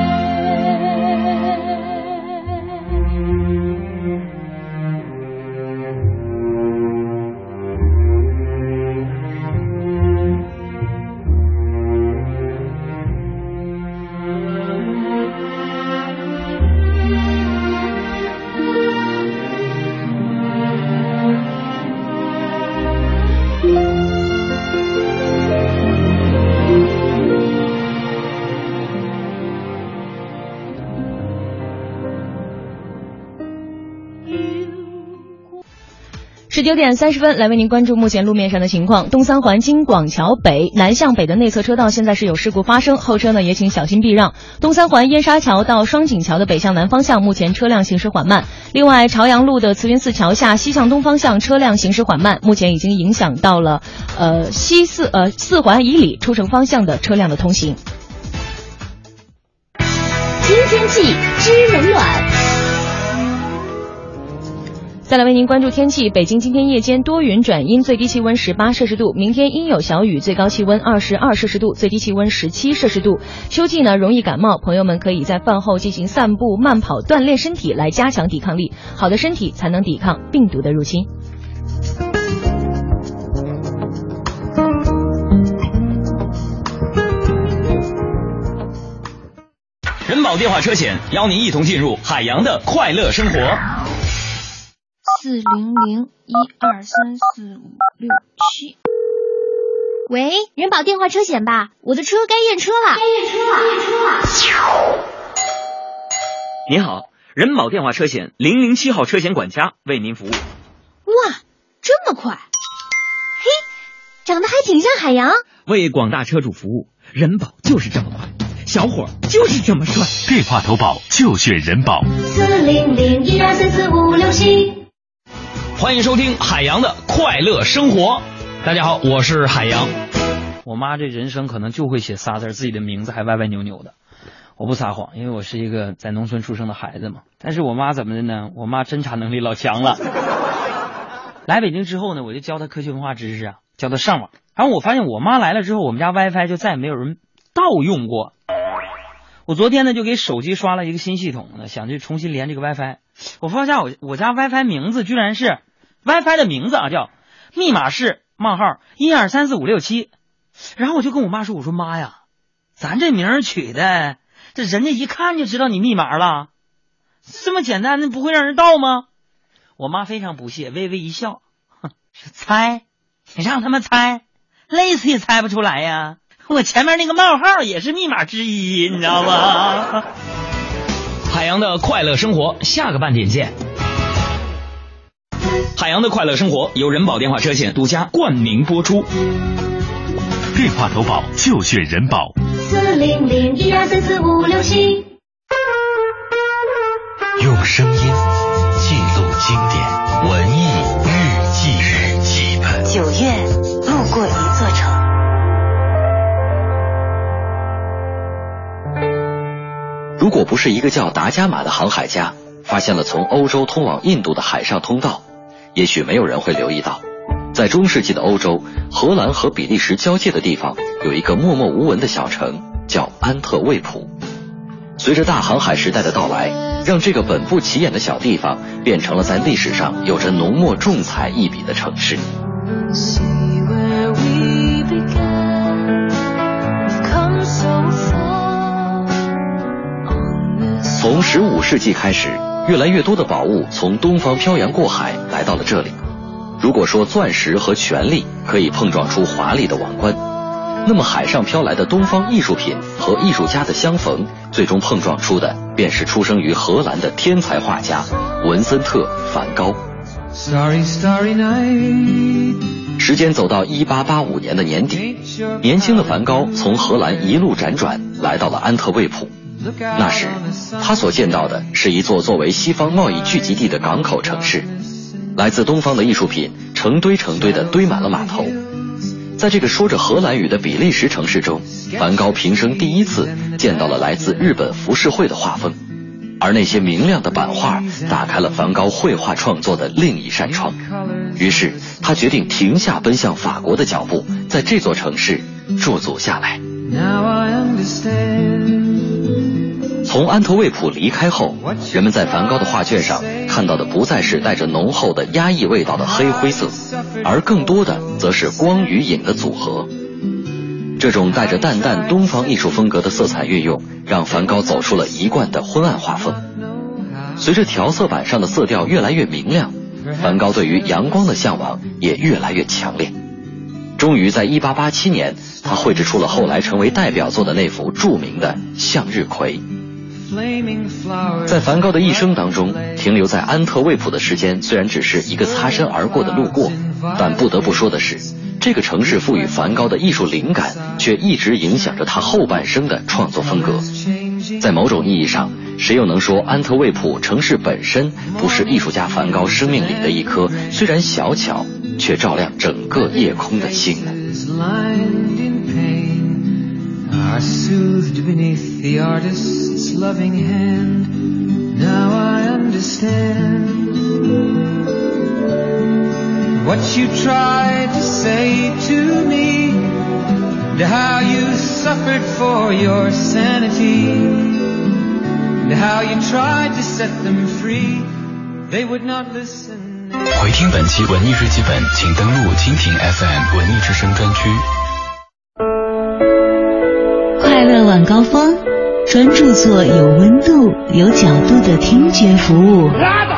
十九点三十分，来为您关注目前路面上的情况。东三环京广桥北南向北的内侧车道现在是有事故发生，后车呢也请小心避让。东三环燕莎桥到双井桥的北向南方向，目前车辆行驶缓慢。另外，朝阳路的慈云寺桥下西向东方向车辆行驶缓慢，目前已经影响到了呃西四呃四环以里出城方向的车辆的通行。 知天气，知冷暖。 再来为您关注天气，北京今天夜间多云转阴，最低气温十八摄氏度，明天阴有小雨，最高气温二十二摄氏度，最低气温十七摄氏度。秋季呢容易感冒，朋友们可以在饭后进行散步、慢跑，锻炼身体来加强抵抗力，好的身体才能抵抗病毒的入侵。 人保电话车险邀您一同进入海洋的快乐生活。 四零零一二三四五六七。 喂，人保电话车险吧？我的车该验车了。该验车了，验车了。 您好，人保电话车险零零七号车险管家为您服务。 哇，这么快！ 嘿，长得还挺像海洋。 为广大车主服务，人保就是这么快，小伙就是这么帅。 电话投保就选人保。 四零零一二三四五六七。 欢迎收听海洋的快乐生活。大家好，我是海洋。 我妈这人生可能就会写仨字，自己的名字还歪歪扭扭的。我不撒谎，因为我是一个在农村出生的孩子嘛。但是我妈怎么的呢？我妈侦查能力老强了。来北京之后呢，我就教她科学文化知识啊，教她上网。然后我发现我妈来了之后，我们家 WiFi 就再也没有人盗用过。我昨天呢就给手机刷了一个新系统呢，想去重新连这个 WiFi。我发现我我家 WiFi 名字居然是 WiFi 的名字啊，叫密码是冒号一二三四五六七。然后我就跟我妈说，我说妈呀，咱这名儿取的，这人家一看就知道你密码了，这么简单，那不会让人盗吗？我妈非常不屑，微微一笑，哼，说猜，你让他们猜，累死也猜不出来呀。我前面那个冒号也是密码之一，你知道吗？ 海洋的快乐生活，下个半点见。海洋的快乐生活由人保电话车险独家冠名播出。 电话投保就选人保。 四零零一二三四五六七。 用声音记录经典，文艺日记日记本。 九月，路过一座城。 如果不是一个叫达伽马的航海家发现了从欧洲通往印度的海上通道，也许没有人会留意到，在中世纪的欧洲，荷兰和比利时交界的地方有一个默默无闻的小城，叫安特卫普。随着大航海时代的到来，让这个本不起眼的小地方变成了在历史上有着浓墨重彩一笔的城市。从十五世纪开始，越来越多的宝物从东方漂洋过海来到了这里。如果说钻石和权力可以碰撞出华丽的王冠，那么海上飘来的东方艺术品和艺术家的相逢，最终碰撞出的便是出生于荷兰的天才画家文森特·梵高。Starry, starry night. 时间走到一八八五年的年底，年轻的梵高从荷兰一路辗转来到了安特卫普。那时他所见到的是一座作为西方贸易聚集地的港口城市，来自东方的艺术品成堆成堆地堆满了码头。在这个说着荷兰语的比利时城市中，梵高平生第一次见到了来自日本浮世绘的画风，而那些明亮的版画打开了梵高绘画创作的另一扇窗。于是他决定停下奔向法国的脚步，在这座城市驻足下来。从安特卫普离开后，人们在梵高的画卷上看到的不再是带着浓厚的压抑味道的黑灰色，而更多的则是光与影的组合。这种带着淡淡东方艺术风格的色彩运用，让梵高走出了一贯的昏暗画风。随着调色板上的色调越来越明亮，梵高对于阳光的向往也越来越强烈。终于在一八八七年，他绘制出了后来成为代表作的那幅著名的向日葵。在梵高的一生当中，停留在安特卫普的时间虽然只是一个擦身而过的路过，但不得不说的是，这个城市赋予梵高的艺术灵感却一直影响着他后半生的创作风格。在某种意义上，谁又能说安特卫普城市本身不是艺术家梵高生命里的一颗虽然小巧却照亮整个夜空的星呢？Are soothed beneath the artist's its loving hand. Now I understand what you tried to say to me, and how you suffered for your sanity, and how you tried to set them free. They would not listen. 回听本期文艺日记本，请登录蜻蜓 F M 文艺之声专区。 快乐晚高峰，专注做有温度、有角度的听觉服务。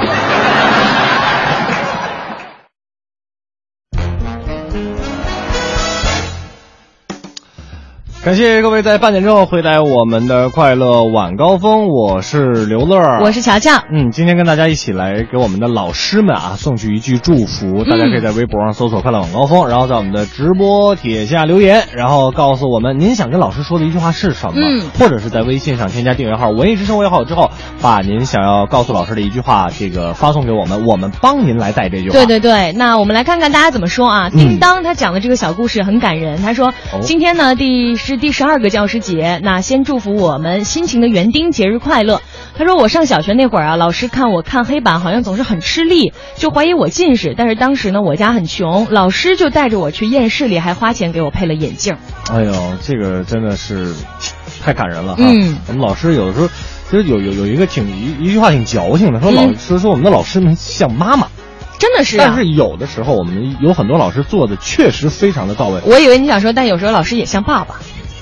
感谢各位在半点之后回来我们的快乐晚高峰，我是刘乐， 我是乔乔。 嗯，今天跟大家一起来给我们的老师们啊送去一句祝福，大家可以在微博上搜索快乐晚高峰，然后在我们的直播帖下留言，然后告诉我们您想跟老师说的一句话是什么，嗯，或者是在微信上添加订阅号文艺之声为号之后，把您想要告诉老师的一句话这个发送给我们，我们帮您来带这句话。 对对对，那我们来看看大家怎么说啊。叮当他讲的这个小故事很感人，他说、哦、今天呢第是第十二个教师节，那先祝福我们辛勤的园丁节日快乐。他说我上小学那会儿啊，老师看我看黑板好像总是很吃力，就怀疑我近视，但是当时呢我家很穷，老师就带着我去验视力，还花钱给我配了眼镜。 哎呦，这个真的是太感人了哈。 嗯， 我们老师有的时候其实有有有一个挺一一句话挺矫情的，说老师、嗯、说我们的老师们像妈妈。 真的是、啊， 但是有的时候我们有很多老师做的确实非常的到位。 我以为你想说，但有时候老师也像爸爸。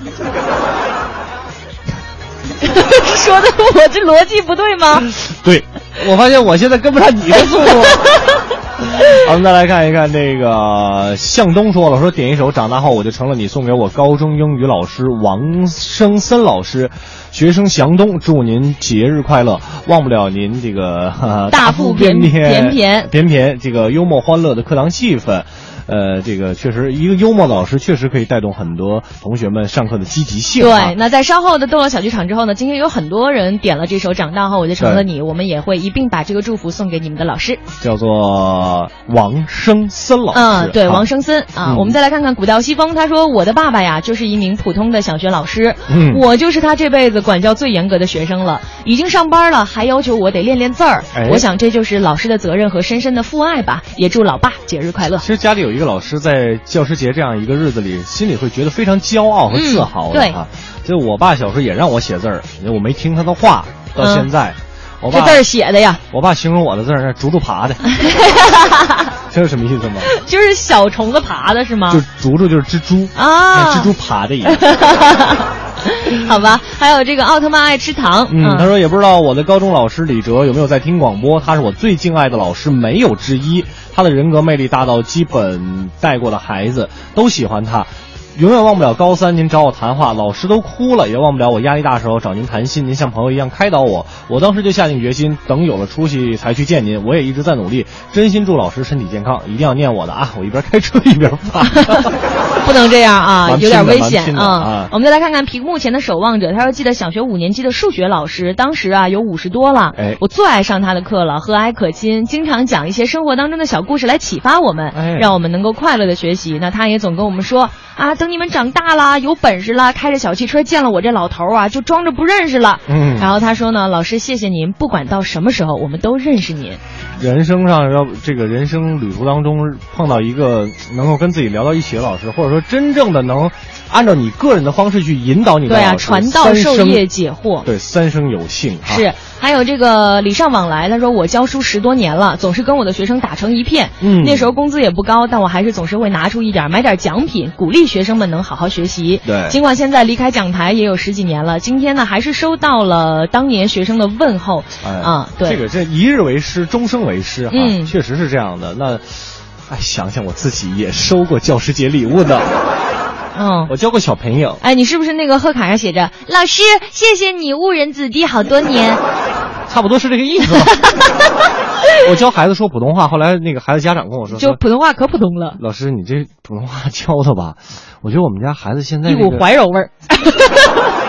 说的我这逻辑不对吗？ 对，我发现我现在跟不上你的速度。好，我们再来看一看这个向东说了，说点一首长大后我就成了你，送给我高中英语老师王生森老师，学生向东，祝您节日快乐，忘不了您这个、呃、 大腹便便便便便便这个幽默欢乐的课堂气氛。呃，这个确实，一个幽默的老师确实可以带动很多同学们上课的积极性。 对，那在稍后的逗乐小剧场之后呢，今天有很多人点了这首《长大后我就成了你》，我们也会一并把这个祝福送给你们的老师， 叫做王生森老师。 嗯，对，王生森啊、嗯。我们再来看看古道西风，他说我的爸爸呀就是一名普通的小学老师，嗯，我就是他这辈子管教最严格的学生了，已经上班了，还要求我得练练字儿、哎。我想这就是老师的责任和深深的父爱吧，也祝老爸节日快乐。 其实家里有一个老师在教师节这样一个日子里，心里会觉得非常骄傲和自豪的啊。嗯、就我爸小时候也让我写字儿，我没听他的话，到现在，嗯、我爸这字儿写的呀。 我爸形容我的字儿是竹竹爬的，这是什么意思吗？ 就是小虫子爬的是吗？ 就竹竹就是蜘蛛啊， 蜘蛛爬的意思。 好吧，还有这个奥特曼爱吃糖， 嗯，他说也不知道我的高中老师李哲有没有在听广播，他是我最敬爱的老师，没有之一。他的人格魅力大到基本带过的孩子都喜欢他，永远忘不了高三您找我谈话，老师都哭了，也忘不了我压力大时候找您谈心，您像朋友一样开导我，我当时就下定决心，等有了出息才去见您，我也一直在努力，真心祝老师身体健康，一定要念我的啊！我一边开车一边发。 不能这样啊，有点危险啊、 啊！ 我们再来看看屏幕前的守望者，他说记得小学五年级的数学老师，当时啊有五十多了， 哎， 我最爱上他的课了，和蔼可亲，经常讲一些生活当中的小故事来启发我们， 哎、 让我们能够快乐的学习。那他也总跟我们说啊，等你们长大了，有本事了，开着小汽车见了我这老头啊，就装着不认识了。 嗯， 然后他说呢，老师谢谢您，不管到什么时候，我们都认识您。 人生上要这个人生旅途当中碰到一个能够跟自己聊到一起的老师，或者说真正的能按照你个人的方式去引导你的老师， 对啊，传道授业解惑， 对，三生有幸啊。 是，还有这个礼尚往来，他说我教书十多年了，总是跟我的学生打成一片。 嗯， 那时候工资也不高，但我还是总是会拿出一点买点奖品，鼓励学生们能好好学习。 对， 尽管现在离开讲台也有十几年了，今天呢还是收到了当年学生的问候。 哎、 啊，对， 这个这一日为师，终生为师哈、啊， 嗯， 确实是这样的。那，哎，想想我自己也收过教师节礼物的。 嗯， 我交过小朋友。 哎，你是不是那个贺卡上写着老师谢谢你误人子弟好多年？ 差不多是这个意思吧。我教孩子说普通话，后来那个孩子家长跟我说， 就普通话可普通了。 老师，你这普通话教的吧？我觉得我们家孩子现在、 这个、一股怀柔味儿。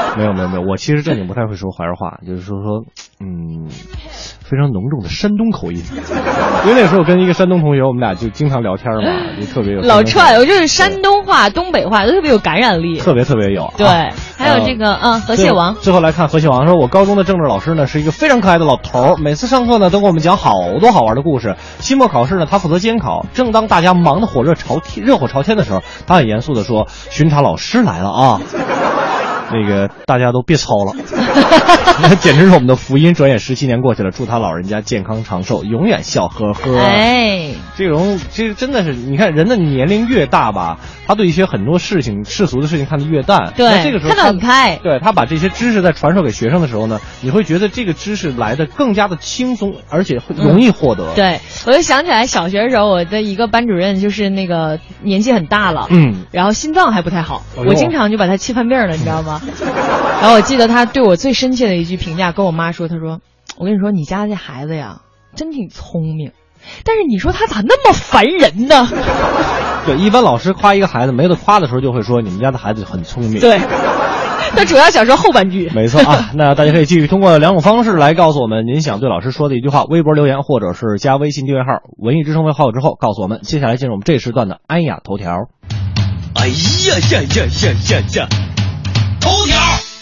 没有没有没有，我其实正经不太会说怀柔话，就是说说，嗯，非常浓重的山东口音。因为那时候跟一个山东同学，我们俩就经常聊天嘛，就特别有老串，我就是山东话、东北话都特别有感染力， 特别特别有、啊。 对，还有这个嗯，和蟹王。 最后来看和蟹王说，我高中的政治老师呢是一个非常可爱的老头儿，每次上课呢都给我们讲好多好玩的故事。期末考试呢，他负责监考。正当大家忙得火热朝天、热火朝天的时候，他很严肃地说：“巡查老师来了啊！”那个大家都别操了，简直是我们的福音。转眼十七年过去了，祝他老人家健康长寿，永远笑呵呵。 哎， 这种这真的是，你看人的年龄越大吧，他对一些很多事情世俗的事情看得越淡。 对， 那这个时候看得很开。 对，他把这些知识在传授给学生的时候呢，你会觉得这个知识来的更加的轻松，而且容易获得。 嗯、对，我就想起来小学的时候，我的一个班主任就是那个年纪很大了， 嗯， 然后心脏还不太好， 哎、 我经常就把他气犯病了，你知道吗？然后我记得他对我最深切的一句评价，跟我妈说，他说：“我跟你说，你家这孩子呀，真挺聪明，但是你说他咋那么烦人呢？” 对，一般老师夸一个孩子没得夸的时候，就会说你们家的孩子很聪明。 对，他主要想说后半句。 没错啊，那大家可以继续通过两种方式来告诉我们您想对老师说的一句话，微博留言或者是加微信订阅号文艺之声为好友之后告诉我们。接下来进入我们这时段的安雅头条。 哎呀呀呀呀呀呀！头条。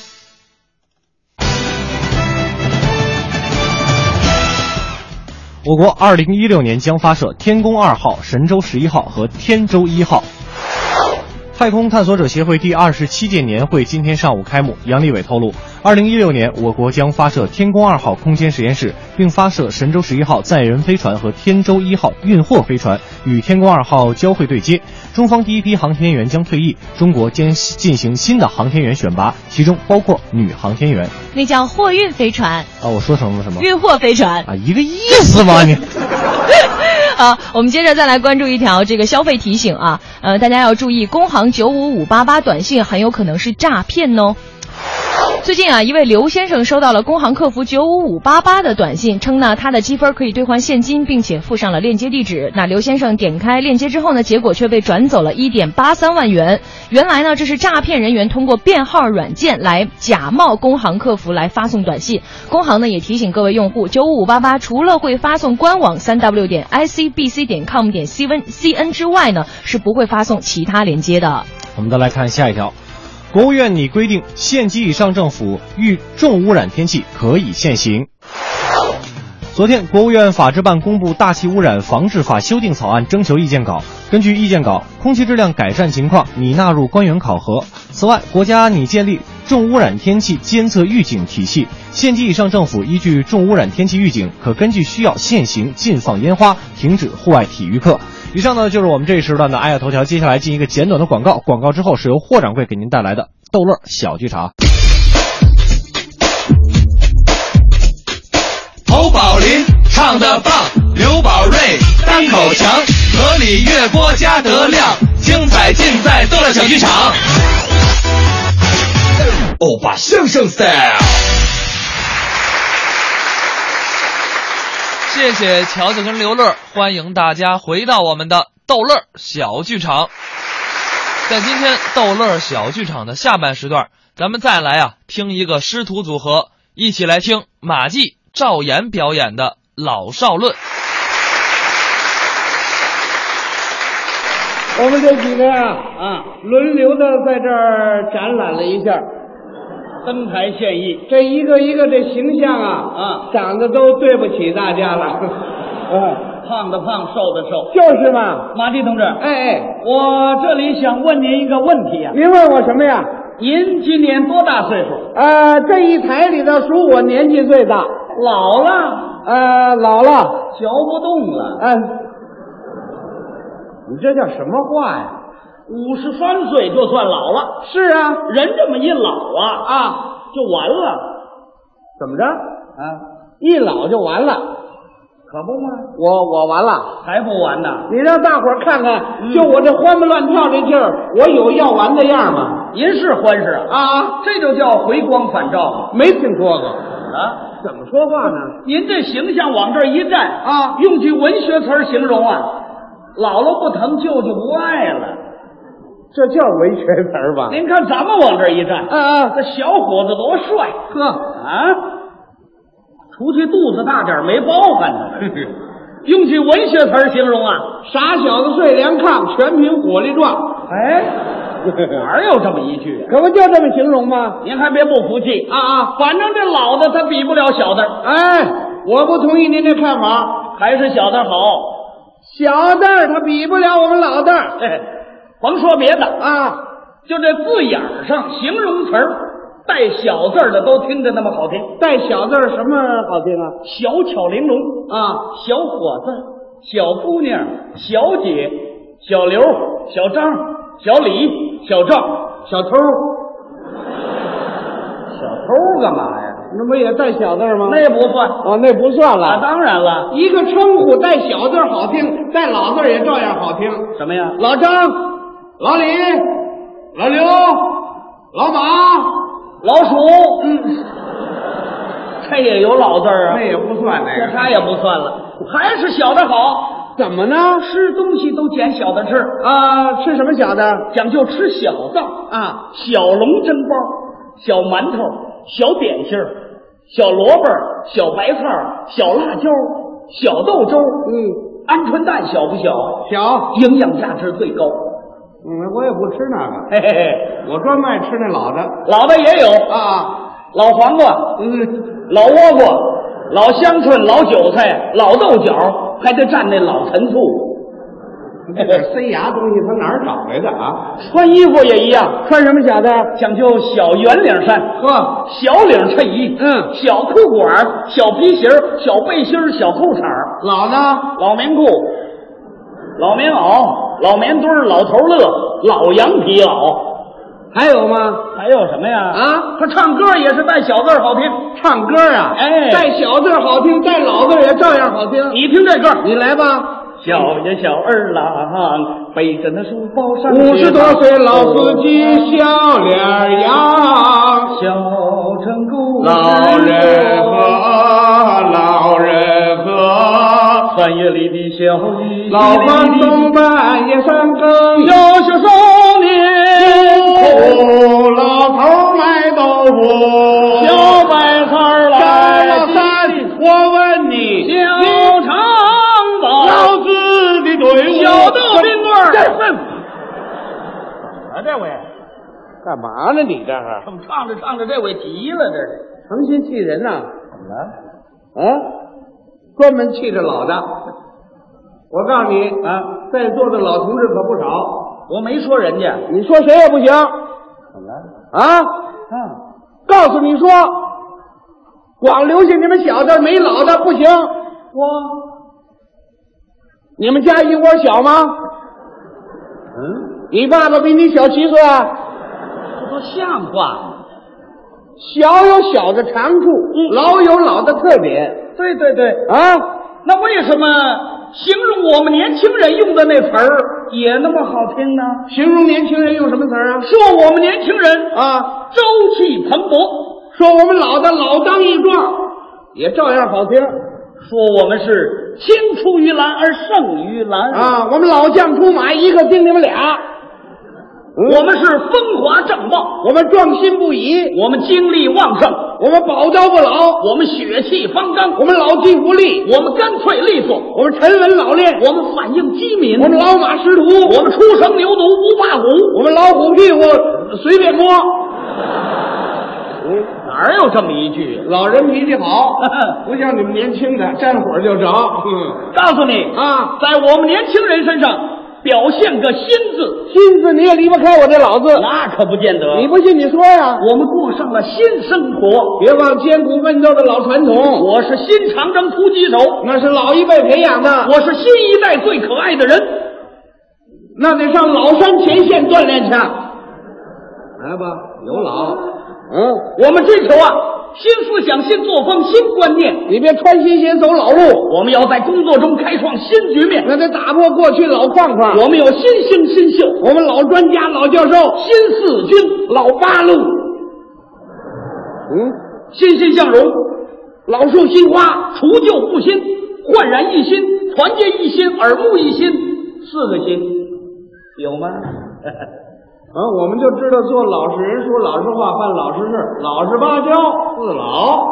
我国二零一六年将发射天宫二号、神舟十一号和天舟一号。太空探索者协会第二十七届年会今天上午开幕，杨利伟透露，二零一六年我国将发射天宫二号空间实验室，并发射神舟十一号载人飞船和天舟一号运货飞船，与天宫二号交会对接。中方第一批航天员将退役，中国将进行新的航天员选拔，其中包括女航天员。 那叫货运飞船啊，我说成了什么？ 运货飞船啊，一个意思吗你？ 好，我们接着再来关注一条这个消费提醒啊，呃，大家要注意，工行九五五八八短信很有可能是诈骗哦。最近啊，一位刘先生收到了工行客服九五五八八的短信，称呢他的积分可以兑换现金，并且附上了链接地址。那刘先生点开链接之后呢，结果却被转走了 一点八三万元。原来呢，这是诈骗人员通过变号软件来假冒工行客服来发送短信。工行呢也提醒各位用户，九五五八八除了会发送官网 三 w 点 i c b c 点 com 点 c n 之外呢，是不会发送其他链接的。 我们再来看下一条。国务院拟规定，县级以上政府遇重污染天气可以限行。昨天，国务院法制办公布《大气污染防治法》修订草案征求意见稿。根据意见稿，空气质量改善情况拟纳入官员考核。此外，国家拟建立重污染天气监测预警体系，县级以上政府依据重污染天气预警，可根据需要限行禁放烟花，停止户外体育课。以上呢就是我们这一时段的爱亚头条，接下来进一个简短的广告，广告之后是由霍掌柜给您带来的逗乐小剧场。 侯宝林唱得棒，刘宝瑞单口强，河里月波加德亮，精彩尽在逗乐小剧场。欧巴相声 style。 谢谢乔乔跟刘乐，欢迎大家回到我们的逗乐小剧场。在今天逗乐小剧场的下半时段，咱们再来啊听一个师徒组合，一起来听马季、赵岩表演的老少论。 我们这几个啊啊，轮流的在这儿展览了一下，登台献艺。这一个一个这形象啊啊，长得都对不起大家了。啊，胖的胖，瘦的瘦，就是嘛。马季同志，哎哎，我这里想问您一个问题啊。您问我什么呀？您今年多大岁数？呃，这一台里头属我年纪最大。老了？呃，老了，嚼不动了。嗯、呃。你这叫什么话呀？五十三岁就算老了。是啊，人这么一老啊啊，就完了。怎么着？啊，一老就完了，可不吗？我我完了，还不完呢？你让大伙儿看看，嗯、就我这欢蹦乱跳这劲儿，我有要完的样吗？您是欢实啊，这就叫回光返照。没听说过啊？怎么说话呢？您这形象往这儿一站啊，用句文学词儿形容啊。姥姥不疼，舅舅不爱了， 这叫文学词儿吧？ 您看咱们往这一站， 啊啊， 这小伙子多帅， 呵啊，出去肚子大点没包含呢。用句文学词儿形容啊， 傻小子睡凉炕，全凭火力壮。 哎，哪有这么一句、啊？ 可不就这么形容吗？ 您还别不服气啊啊！ 反正这老的他比不了小的。 哎，我不同意您这看法， 还是小的好。 小的他比不了我们老的。 哎，甭说别的啊， 就这字眼上形容词儿带小字的都听着那么好听。 带小字什么好听啊？ 小巧玲珑啊， 小伙子、小姑娘、小姐、小刘、小张、小李、小赵、小偷。小偷干嘛呀？ 那不也带小字吗？ 那也不算哦，那不算了。 啊，当然了， 一个称呼带小字好听，带老字也照样好听。 什么呀？ 老张、老李、老刘、老马、 老鼠。嗯，这也有老字啊？ 那也不算，那个他也不算了，还是小的好。 怎么呢？ 吃东西都捡小的吃啊！吃什么小的？ 讲究吃小灶啊， 小笼蒸包、小馒头、小点心、小萝卜、小白菜、小辣椒、小豆粥。 嗯， 鹌鹑蛋小不小？ 小， 营养价值最高。 嗯，我也不吃那个， 嘿嘿嘿， 我专卖吃那老的。 老的也有啊， 老黄瓜， 嗯， 老倭瓜，老香椿，老韭菜，老豆角，还得蘸那老陈醋。 这点塞牙东西他哪儿找来的啊？ 穿衣服也一样， 穿什么小的？ 讲究小圆领衫， 呵， 小领衬衣， 嗯， 小裤管，小皮鞋，小背心，小裤衩。 老呢？ 老棉裤，老棉袄，老棉墩，老头乐，老羊皮袄。 还有吗？ 还有什么呀？ 啊， 他唱歌也是带小字好听。 唱歌啊， 哎， 带小字好听，带老字也照样好听。 你听这歌， 你来吧。 小呀小二郎背着那书包上五十多岁老司机笑脸扬， 小城故事老人和老人和三月里的小雨， 老房东半夜三更要学少年苦，老头卖豆腐， 小白菜来了三，我问你， 小长宝， 老子的队伍， 小豆冰棍儿， 这份啊，这位干嘛呢？你这是怎么唱着唱着这位急了？这是诚心气人呐！ 怎么了？ 啊，专门气着老的。我告诉你啊，在座的老同志可不少。 我没说人家， 你说谁也不行。 怎么了？ 啊？ 嗯， 告诉你说，光留下你们小的没老的不行。 我， 你们家一窝小吗？ 嗯， 你爸爸比你小七岁啊？ 这都像话吗？ 小有小的长处， 嗯， 老有老的特点。 对对对， 啊， 那为什么形容我们年轻人用的那词儿也那么好听呢？ 形容年轻人用什么词儿啊？ 说我们年轻人啊， 朝气蓬勃； 说我们老的老当益壮，也照样好听。 说我们是青出于蓝而胜于蓝啊，我们老将出马，一个顶你们俩。 嗯，我们是风华正茂， 我们壮心不已， 我们精力旺盛， 我们宝刀不老， 我们血气方刚， 我们老骥伏枥， 我们干脆利索， 我们沉稳老练， 我们反应机敏， 我们老马识途， 我们初生牛犊不怕虎， 我们老虎屁股随便摸。 嗯，哪有这么一句？ 老人脾气好，不像你们年轻的沾火就着。嗯， 告诉你啊， 在我们年轻人身上表现个新字， 新字你也离不开我这老字， 那可不见得。 你不信你说呀。 我们过上了新生活， 别忘艰苦奋斗的老传统。 我是新长征突击手， 那是老一辈培养的。 我是新一代最可爱的人， 那得上老山前线锻炼去。来吧，有老。 嗯，我们追求啊，新思想、新作风、新观念。 你别穿新鞋走老路， 我们要在工作中开创新局面， 那得打破过去老框框。 我们有新星新秀， 我们老专家、老教授， 新四军、 老八路， 嗯，欣欣向荣， 老树新花， 除旧布新，焕然一新，团结一心，耳目一新，四个新有吗？ 啊，我们就知道做老实人，说老实话，办老实事，老实巴交，自老。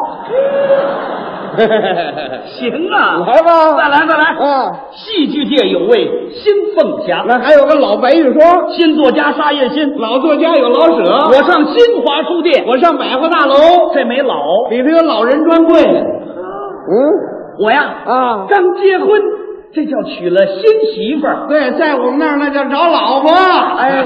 行啊， 来吧， 再来再来啊！ 戏剧界有位新凤霞， 那还有个老白玉霜， 新作家沙叶新， 老作家有老舍。 我上新华书店， 我上百货大楼， 这没老， 里头有老人专柜。嗯， 我呀啊， 刚结婚，这叫娶了新媳妇儿。 对，在我们那儿那叫找老婆。 哎，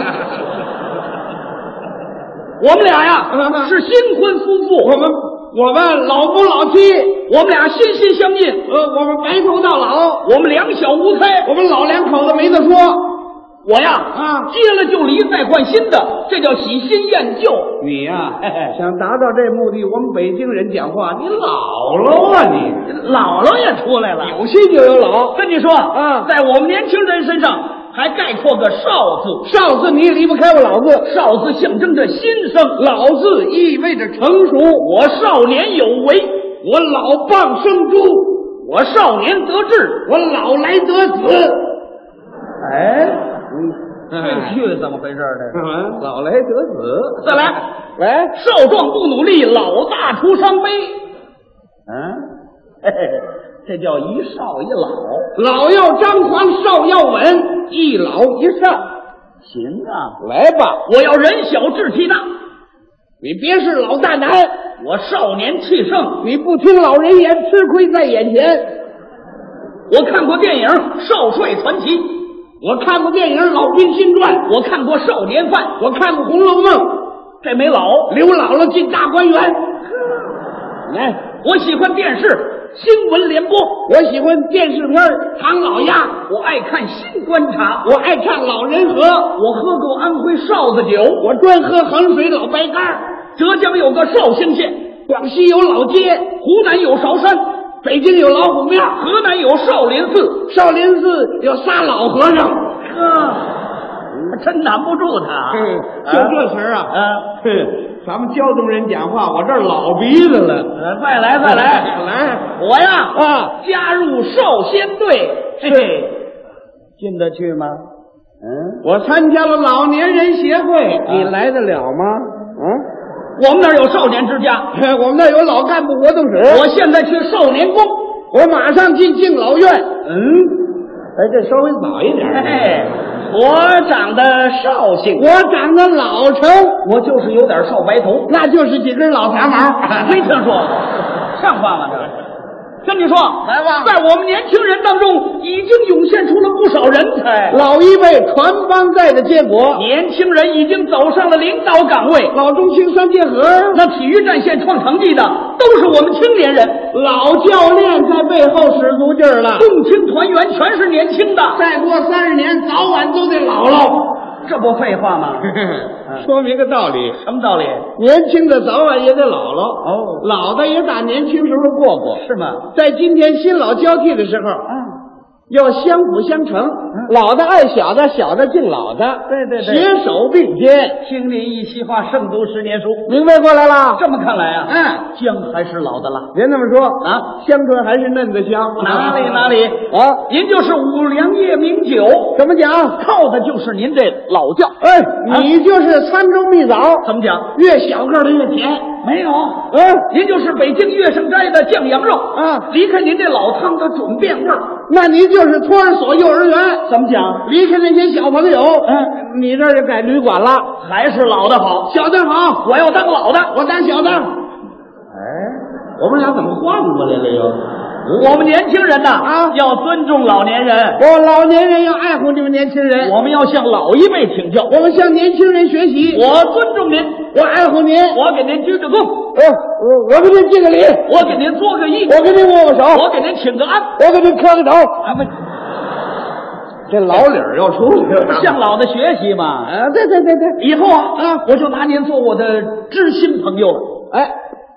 我们俩呀是新婚夫妇， 我们。我们老夫老妻， 我们俩心心相印。 呃，我们白头到老， 我们两小无猜， 我们老两口子没得说。 我呀， 啊， 结了就离，再换新的，这叫喜新厌旧。 你呀，嘿嘿想达到这目的，我们北京人讲话，你姥姥啊你， 姥姥也出来了， 有新就有老。 跟你说啊， 在我们年轻人身上还概括个少字， 少字你也离不开我老字， 少字象征着新生， 老字意味着成熟。 我少年有为， 我老蚌生珠； 我少年得志， 我老来得子。 哎，这句怎么回事呢？ 嗯，老来得子。 再来， 来， 少壮不努力，老大徒伤悲。嗯，嘿嘿。这叫一少一老， 老要张狂，少要稳，一老一少。 行啊， 来吧， 我要人小志气大。 你别是老大难， 我少年气盛。 你不听老人言，吃亏在眼前。 我看过电影《少帅传奇》， 我看过电影《老兵新传》， 我看过《少年犯》， 我看过《红楼梦》。 这没老， 刘姥姥进大观园。来， 我喜欢电视新闻联播， 我喜欢电视片唐老鸭， 我爱看新观察， 我爱唱老人河， 我喝过安徽哨子酒， 我专喝衡水老白干。 浙江有个绍兴县， 广西有老街， 湖南有韶山， 北京有老虎庙， 河南有少林寺， 少林寺有仨老和尚。 呵，真难不住他。 嗯，就这词儿啊。 啊， 哼，咱们胶东人讲话，我这儿老鼻子了。 呃，再来，再来， 来， 我呀， 啊， 加入少先队，嘿嘿，进得去吗？ 嗯，我参加了老年人协会，啊、你来得了吗？嗯， 我们那儿有少年之家， 我们那儿有老干部活动室。 我现在去少年宫， 我马上进敬老院。嗯，哎，这稍微早一点。 嘿，我长得绍兴， 我长得老成， 我就是有点少白头， 那就是几根老杂毛。 没听说过，像话吗？这跟你说， 来吧， 在我们年轻人当中，已经涌现出了不少人才。 老一辈传帮带的结果， 年轻人已经走上了领导岗位， 老中青三结合。 那体育战线创成绩的，都是我们青年人。 老教练在背后使足劲儿了， 共青团员全是年轻的。 再过三十年，早晚都得老了。 这不废话吗？ 说明个道理。 什么道理？ 年轻的早晚也得老了，哦，老的也打年轻时候过过， 是吗？ 在今天新老交替的时候，嗯，要相辅相成，嗯、老的爱小的，小的敬老的， 对对对， 携手并肩。 听您一席话，胜读十年书， 明白过来了。 这么看来啊， 嗯， 姜还是老的了。 别那么说啊， 香椿还是嫩的香。 哪里哪里啊？ 您就是五粮液名酒， 怎么讲？ 靠的就是您这老窖。 哎，啊、你就是沧州蜜枣， 怎么讲？ 越小个的越甜。 没有， 嗯， 您就是北京乐盛斋的酱羊肉啊， 离开您这老汤的准变味儿。 那您就是托儿所、幼儿园， 怎么讲？ 离开那些小朋友，嗯，你这儿就改旅馆了， 还是老的好， 小的好。 我要当老的， 我当小的。哎，我们俩怎么换过来了又？ 我们年轻人呐， 啊， 要尊重老年人。 我老年人要爱护你们年轻人。 我们要向老一辈请教， 我们向年轻人学习。 我尊重您， 我爱护您。 我给您鞠个躬， 呃，我我给您敬个礼， 我给您作个揖， 我给您握握手， 我给您请个安， 我给您磕个头。 啊不， 这老理儿要出来了， 向老的学习嘛。 啊，对对对对， 以后啊，啊，我就拿您做我的知心朋友了。 哎。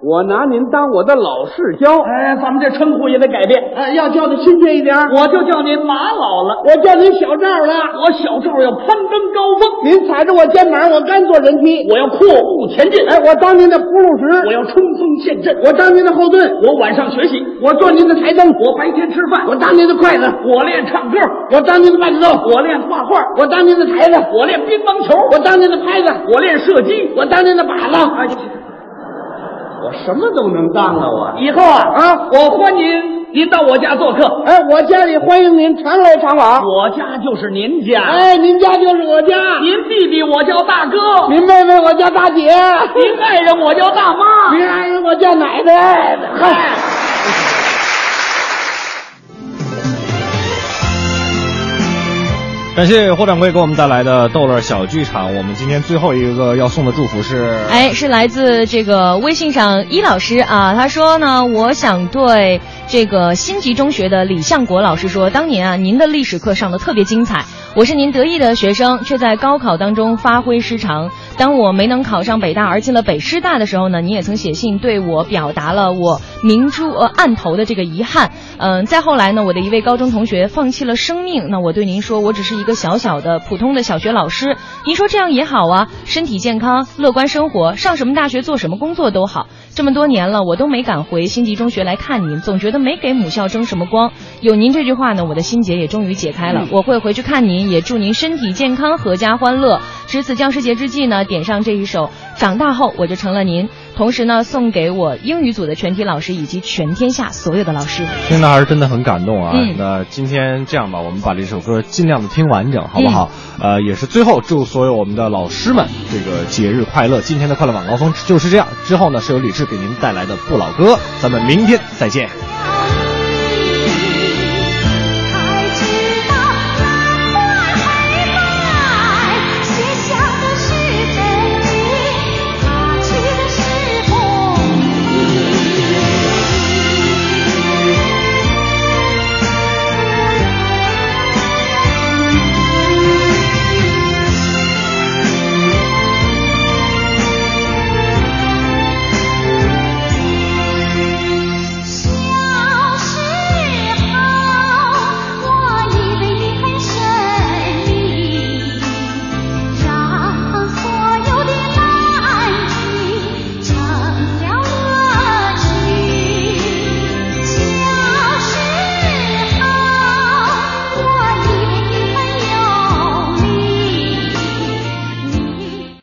我拿您当我的老世交。 哎，咱们这称呼也得改变， 哎，要叫的亲切一点。 我就叫您马老了， 我叫您小赵了。 我小赵要攀登高峰， 您踩着我肩膀，我甘做人梯。 我要阔步前进， 哎，我当您的铺路石， 我要冲锋陷阵， 我当您的后盾。 我晚上学习， 我做您的台灯。 我白天吃饭， 我当您的筷子。 我练唱歌， 我当您的伴奏。 我练画画， 我当您的台子。 我练乒乓球， 我当您的拍子。 我练射击， 我当您的靶子。 哎， 我什么都能当啊！我以后啊啊，我欢迎您到我家做客。 哎，我家里欢迎您常来常往。 我家就是您家。 哎，您家就是我家。 您弟弟我叫大哥， 您妹妹我叫大姐， 您爱人我叫大妈， 您爱人我叫奶奶。嗨。 感谢霍掌柜给我们带来的逗乐小剧场。我们今天最后一个要送的祝福是， 哎，是来自这个微信上伊老师啊，他说呢，我想对这个新集中学的李向国老师说，当年啊，您的历史课上的特别精彩，我是您得意的学生，却在高考当中发挥失常。当我没能考上北大而进了北师大的时候呢，您也曾写信对我表达了我明珠呃暗投的这个遗憾。嗯、呃，再后来呢，我的一位高中同学放弃了生命，那我对您说，我只是一个小小的普通的小学老师，您说这样也好啊，身体健康，乐观生活，上什么大学做什么工作都好。这么多年了，我都没敢回新集中学来看您，总觉得没给母校争什么光。有您这句话呢，我的心结也终于解开了。嗯、我会回去看您，也祝您身体健康，阖家欢乐。值此教师节之际呢，点上这一首《长大后我就成了您》，同时呢，送给我英语组的全体老师以及全天下所有的老师。 听的还是真的很感动啊。 嗯、 那今天这样吧，我们把这首歌尽量的听完整，好不好？嗯、呃，也是最后祝所有我们的老师们这个节日快乐。今天的快乐晚高峰就是这样，之后呢是由李志给您带来的不老歌，咱们明天再见。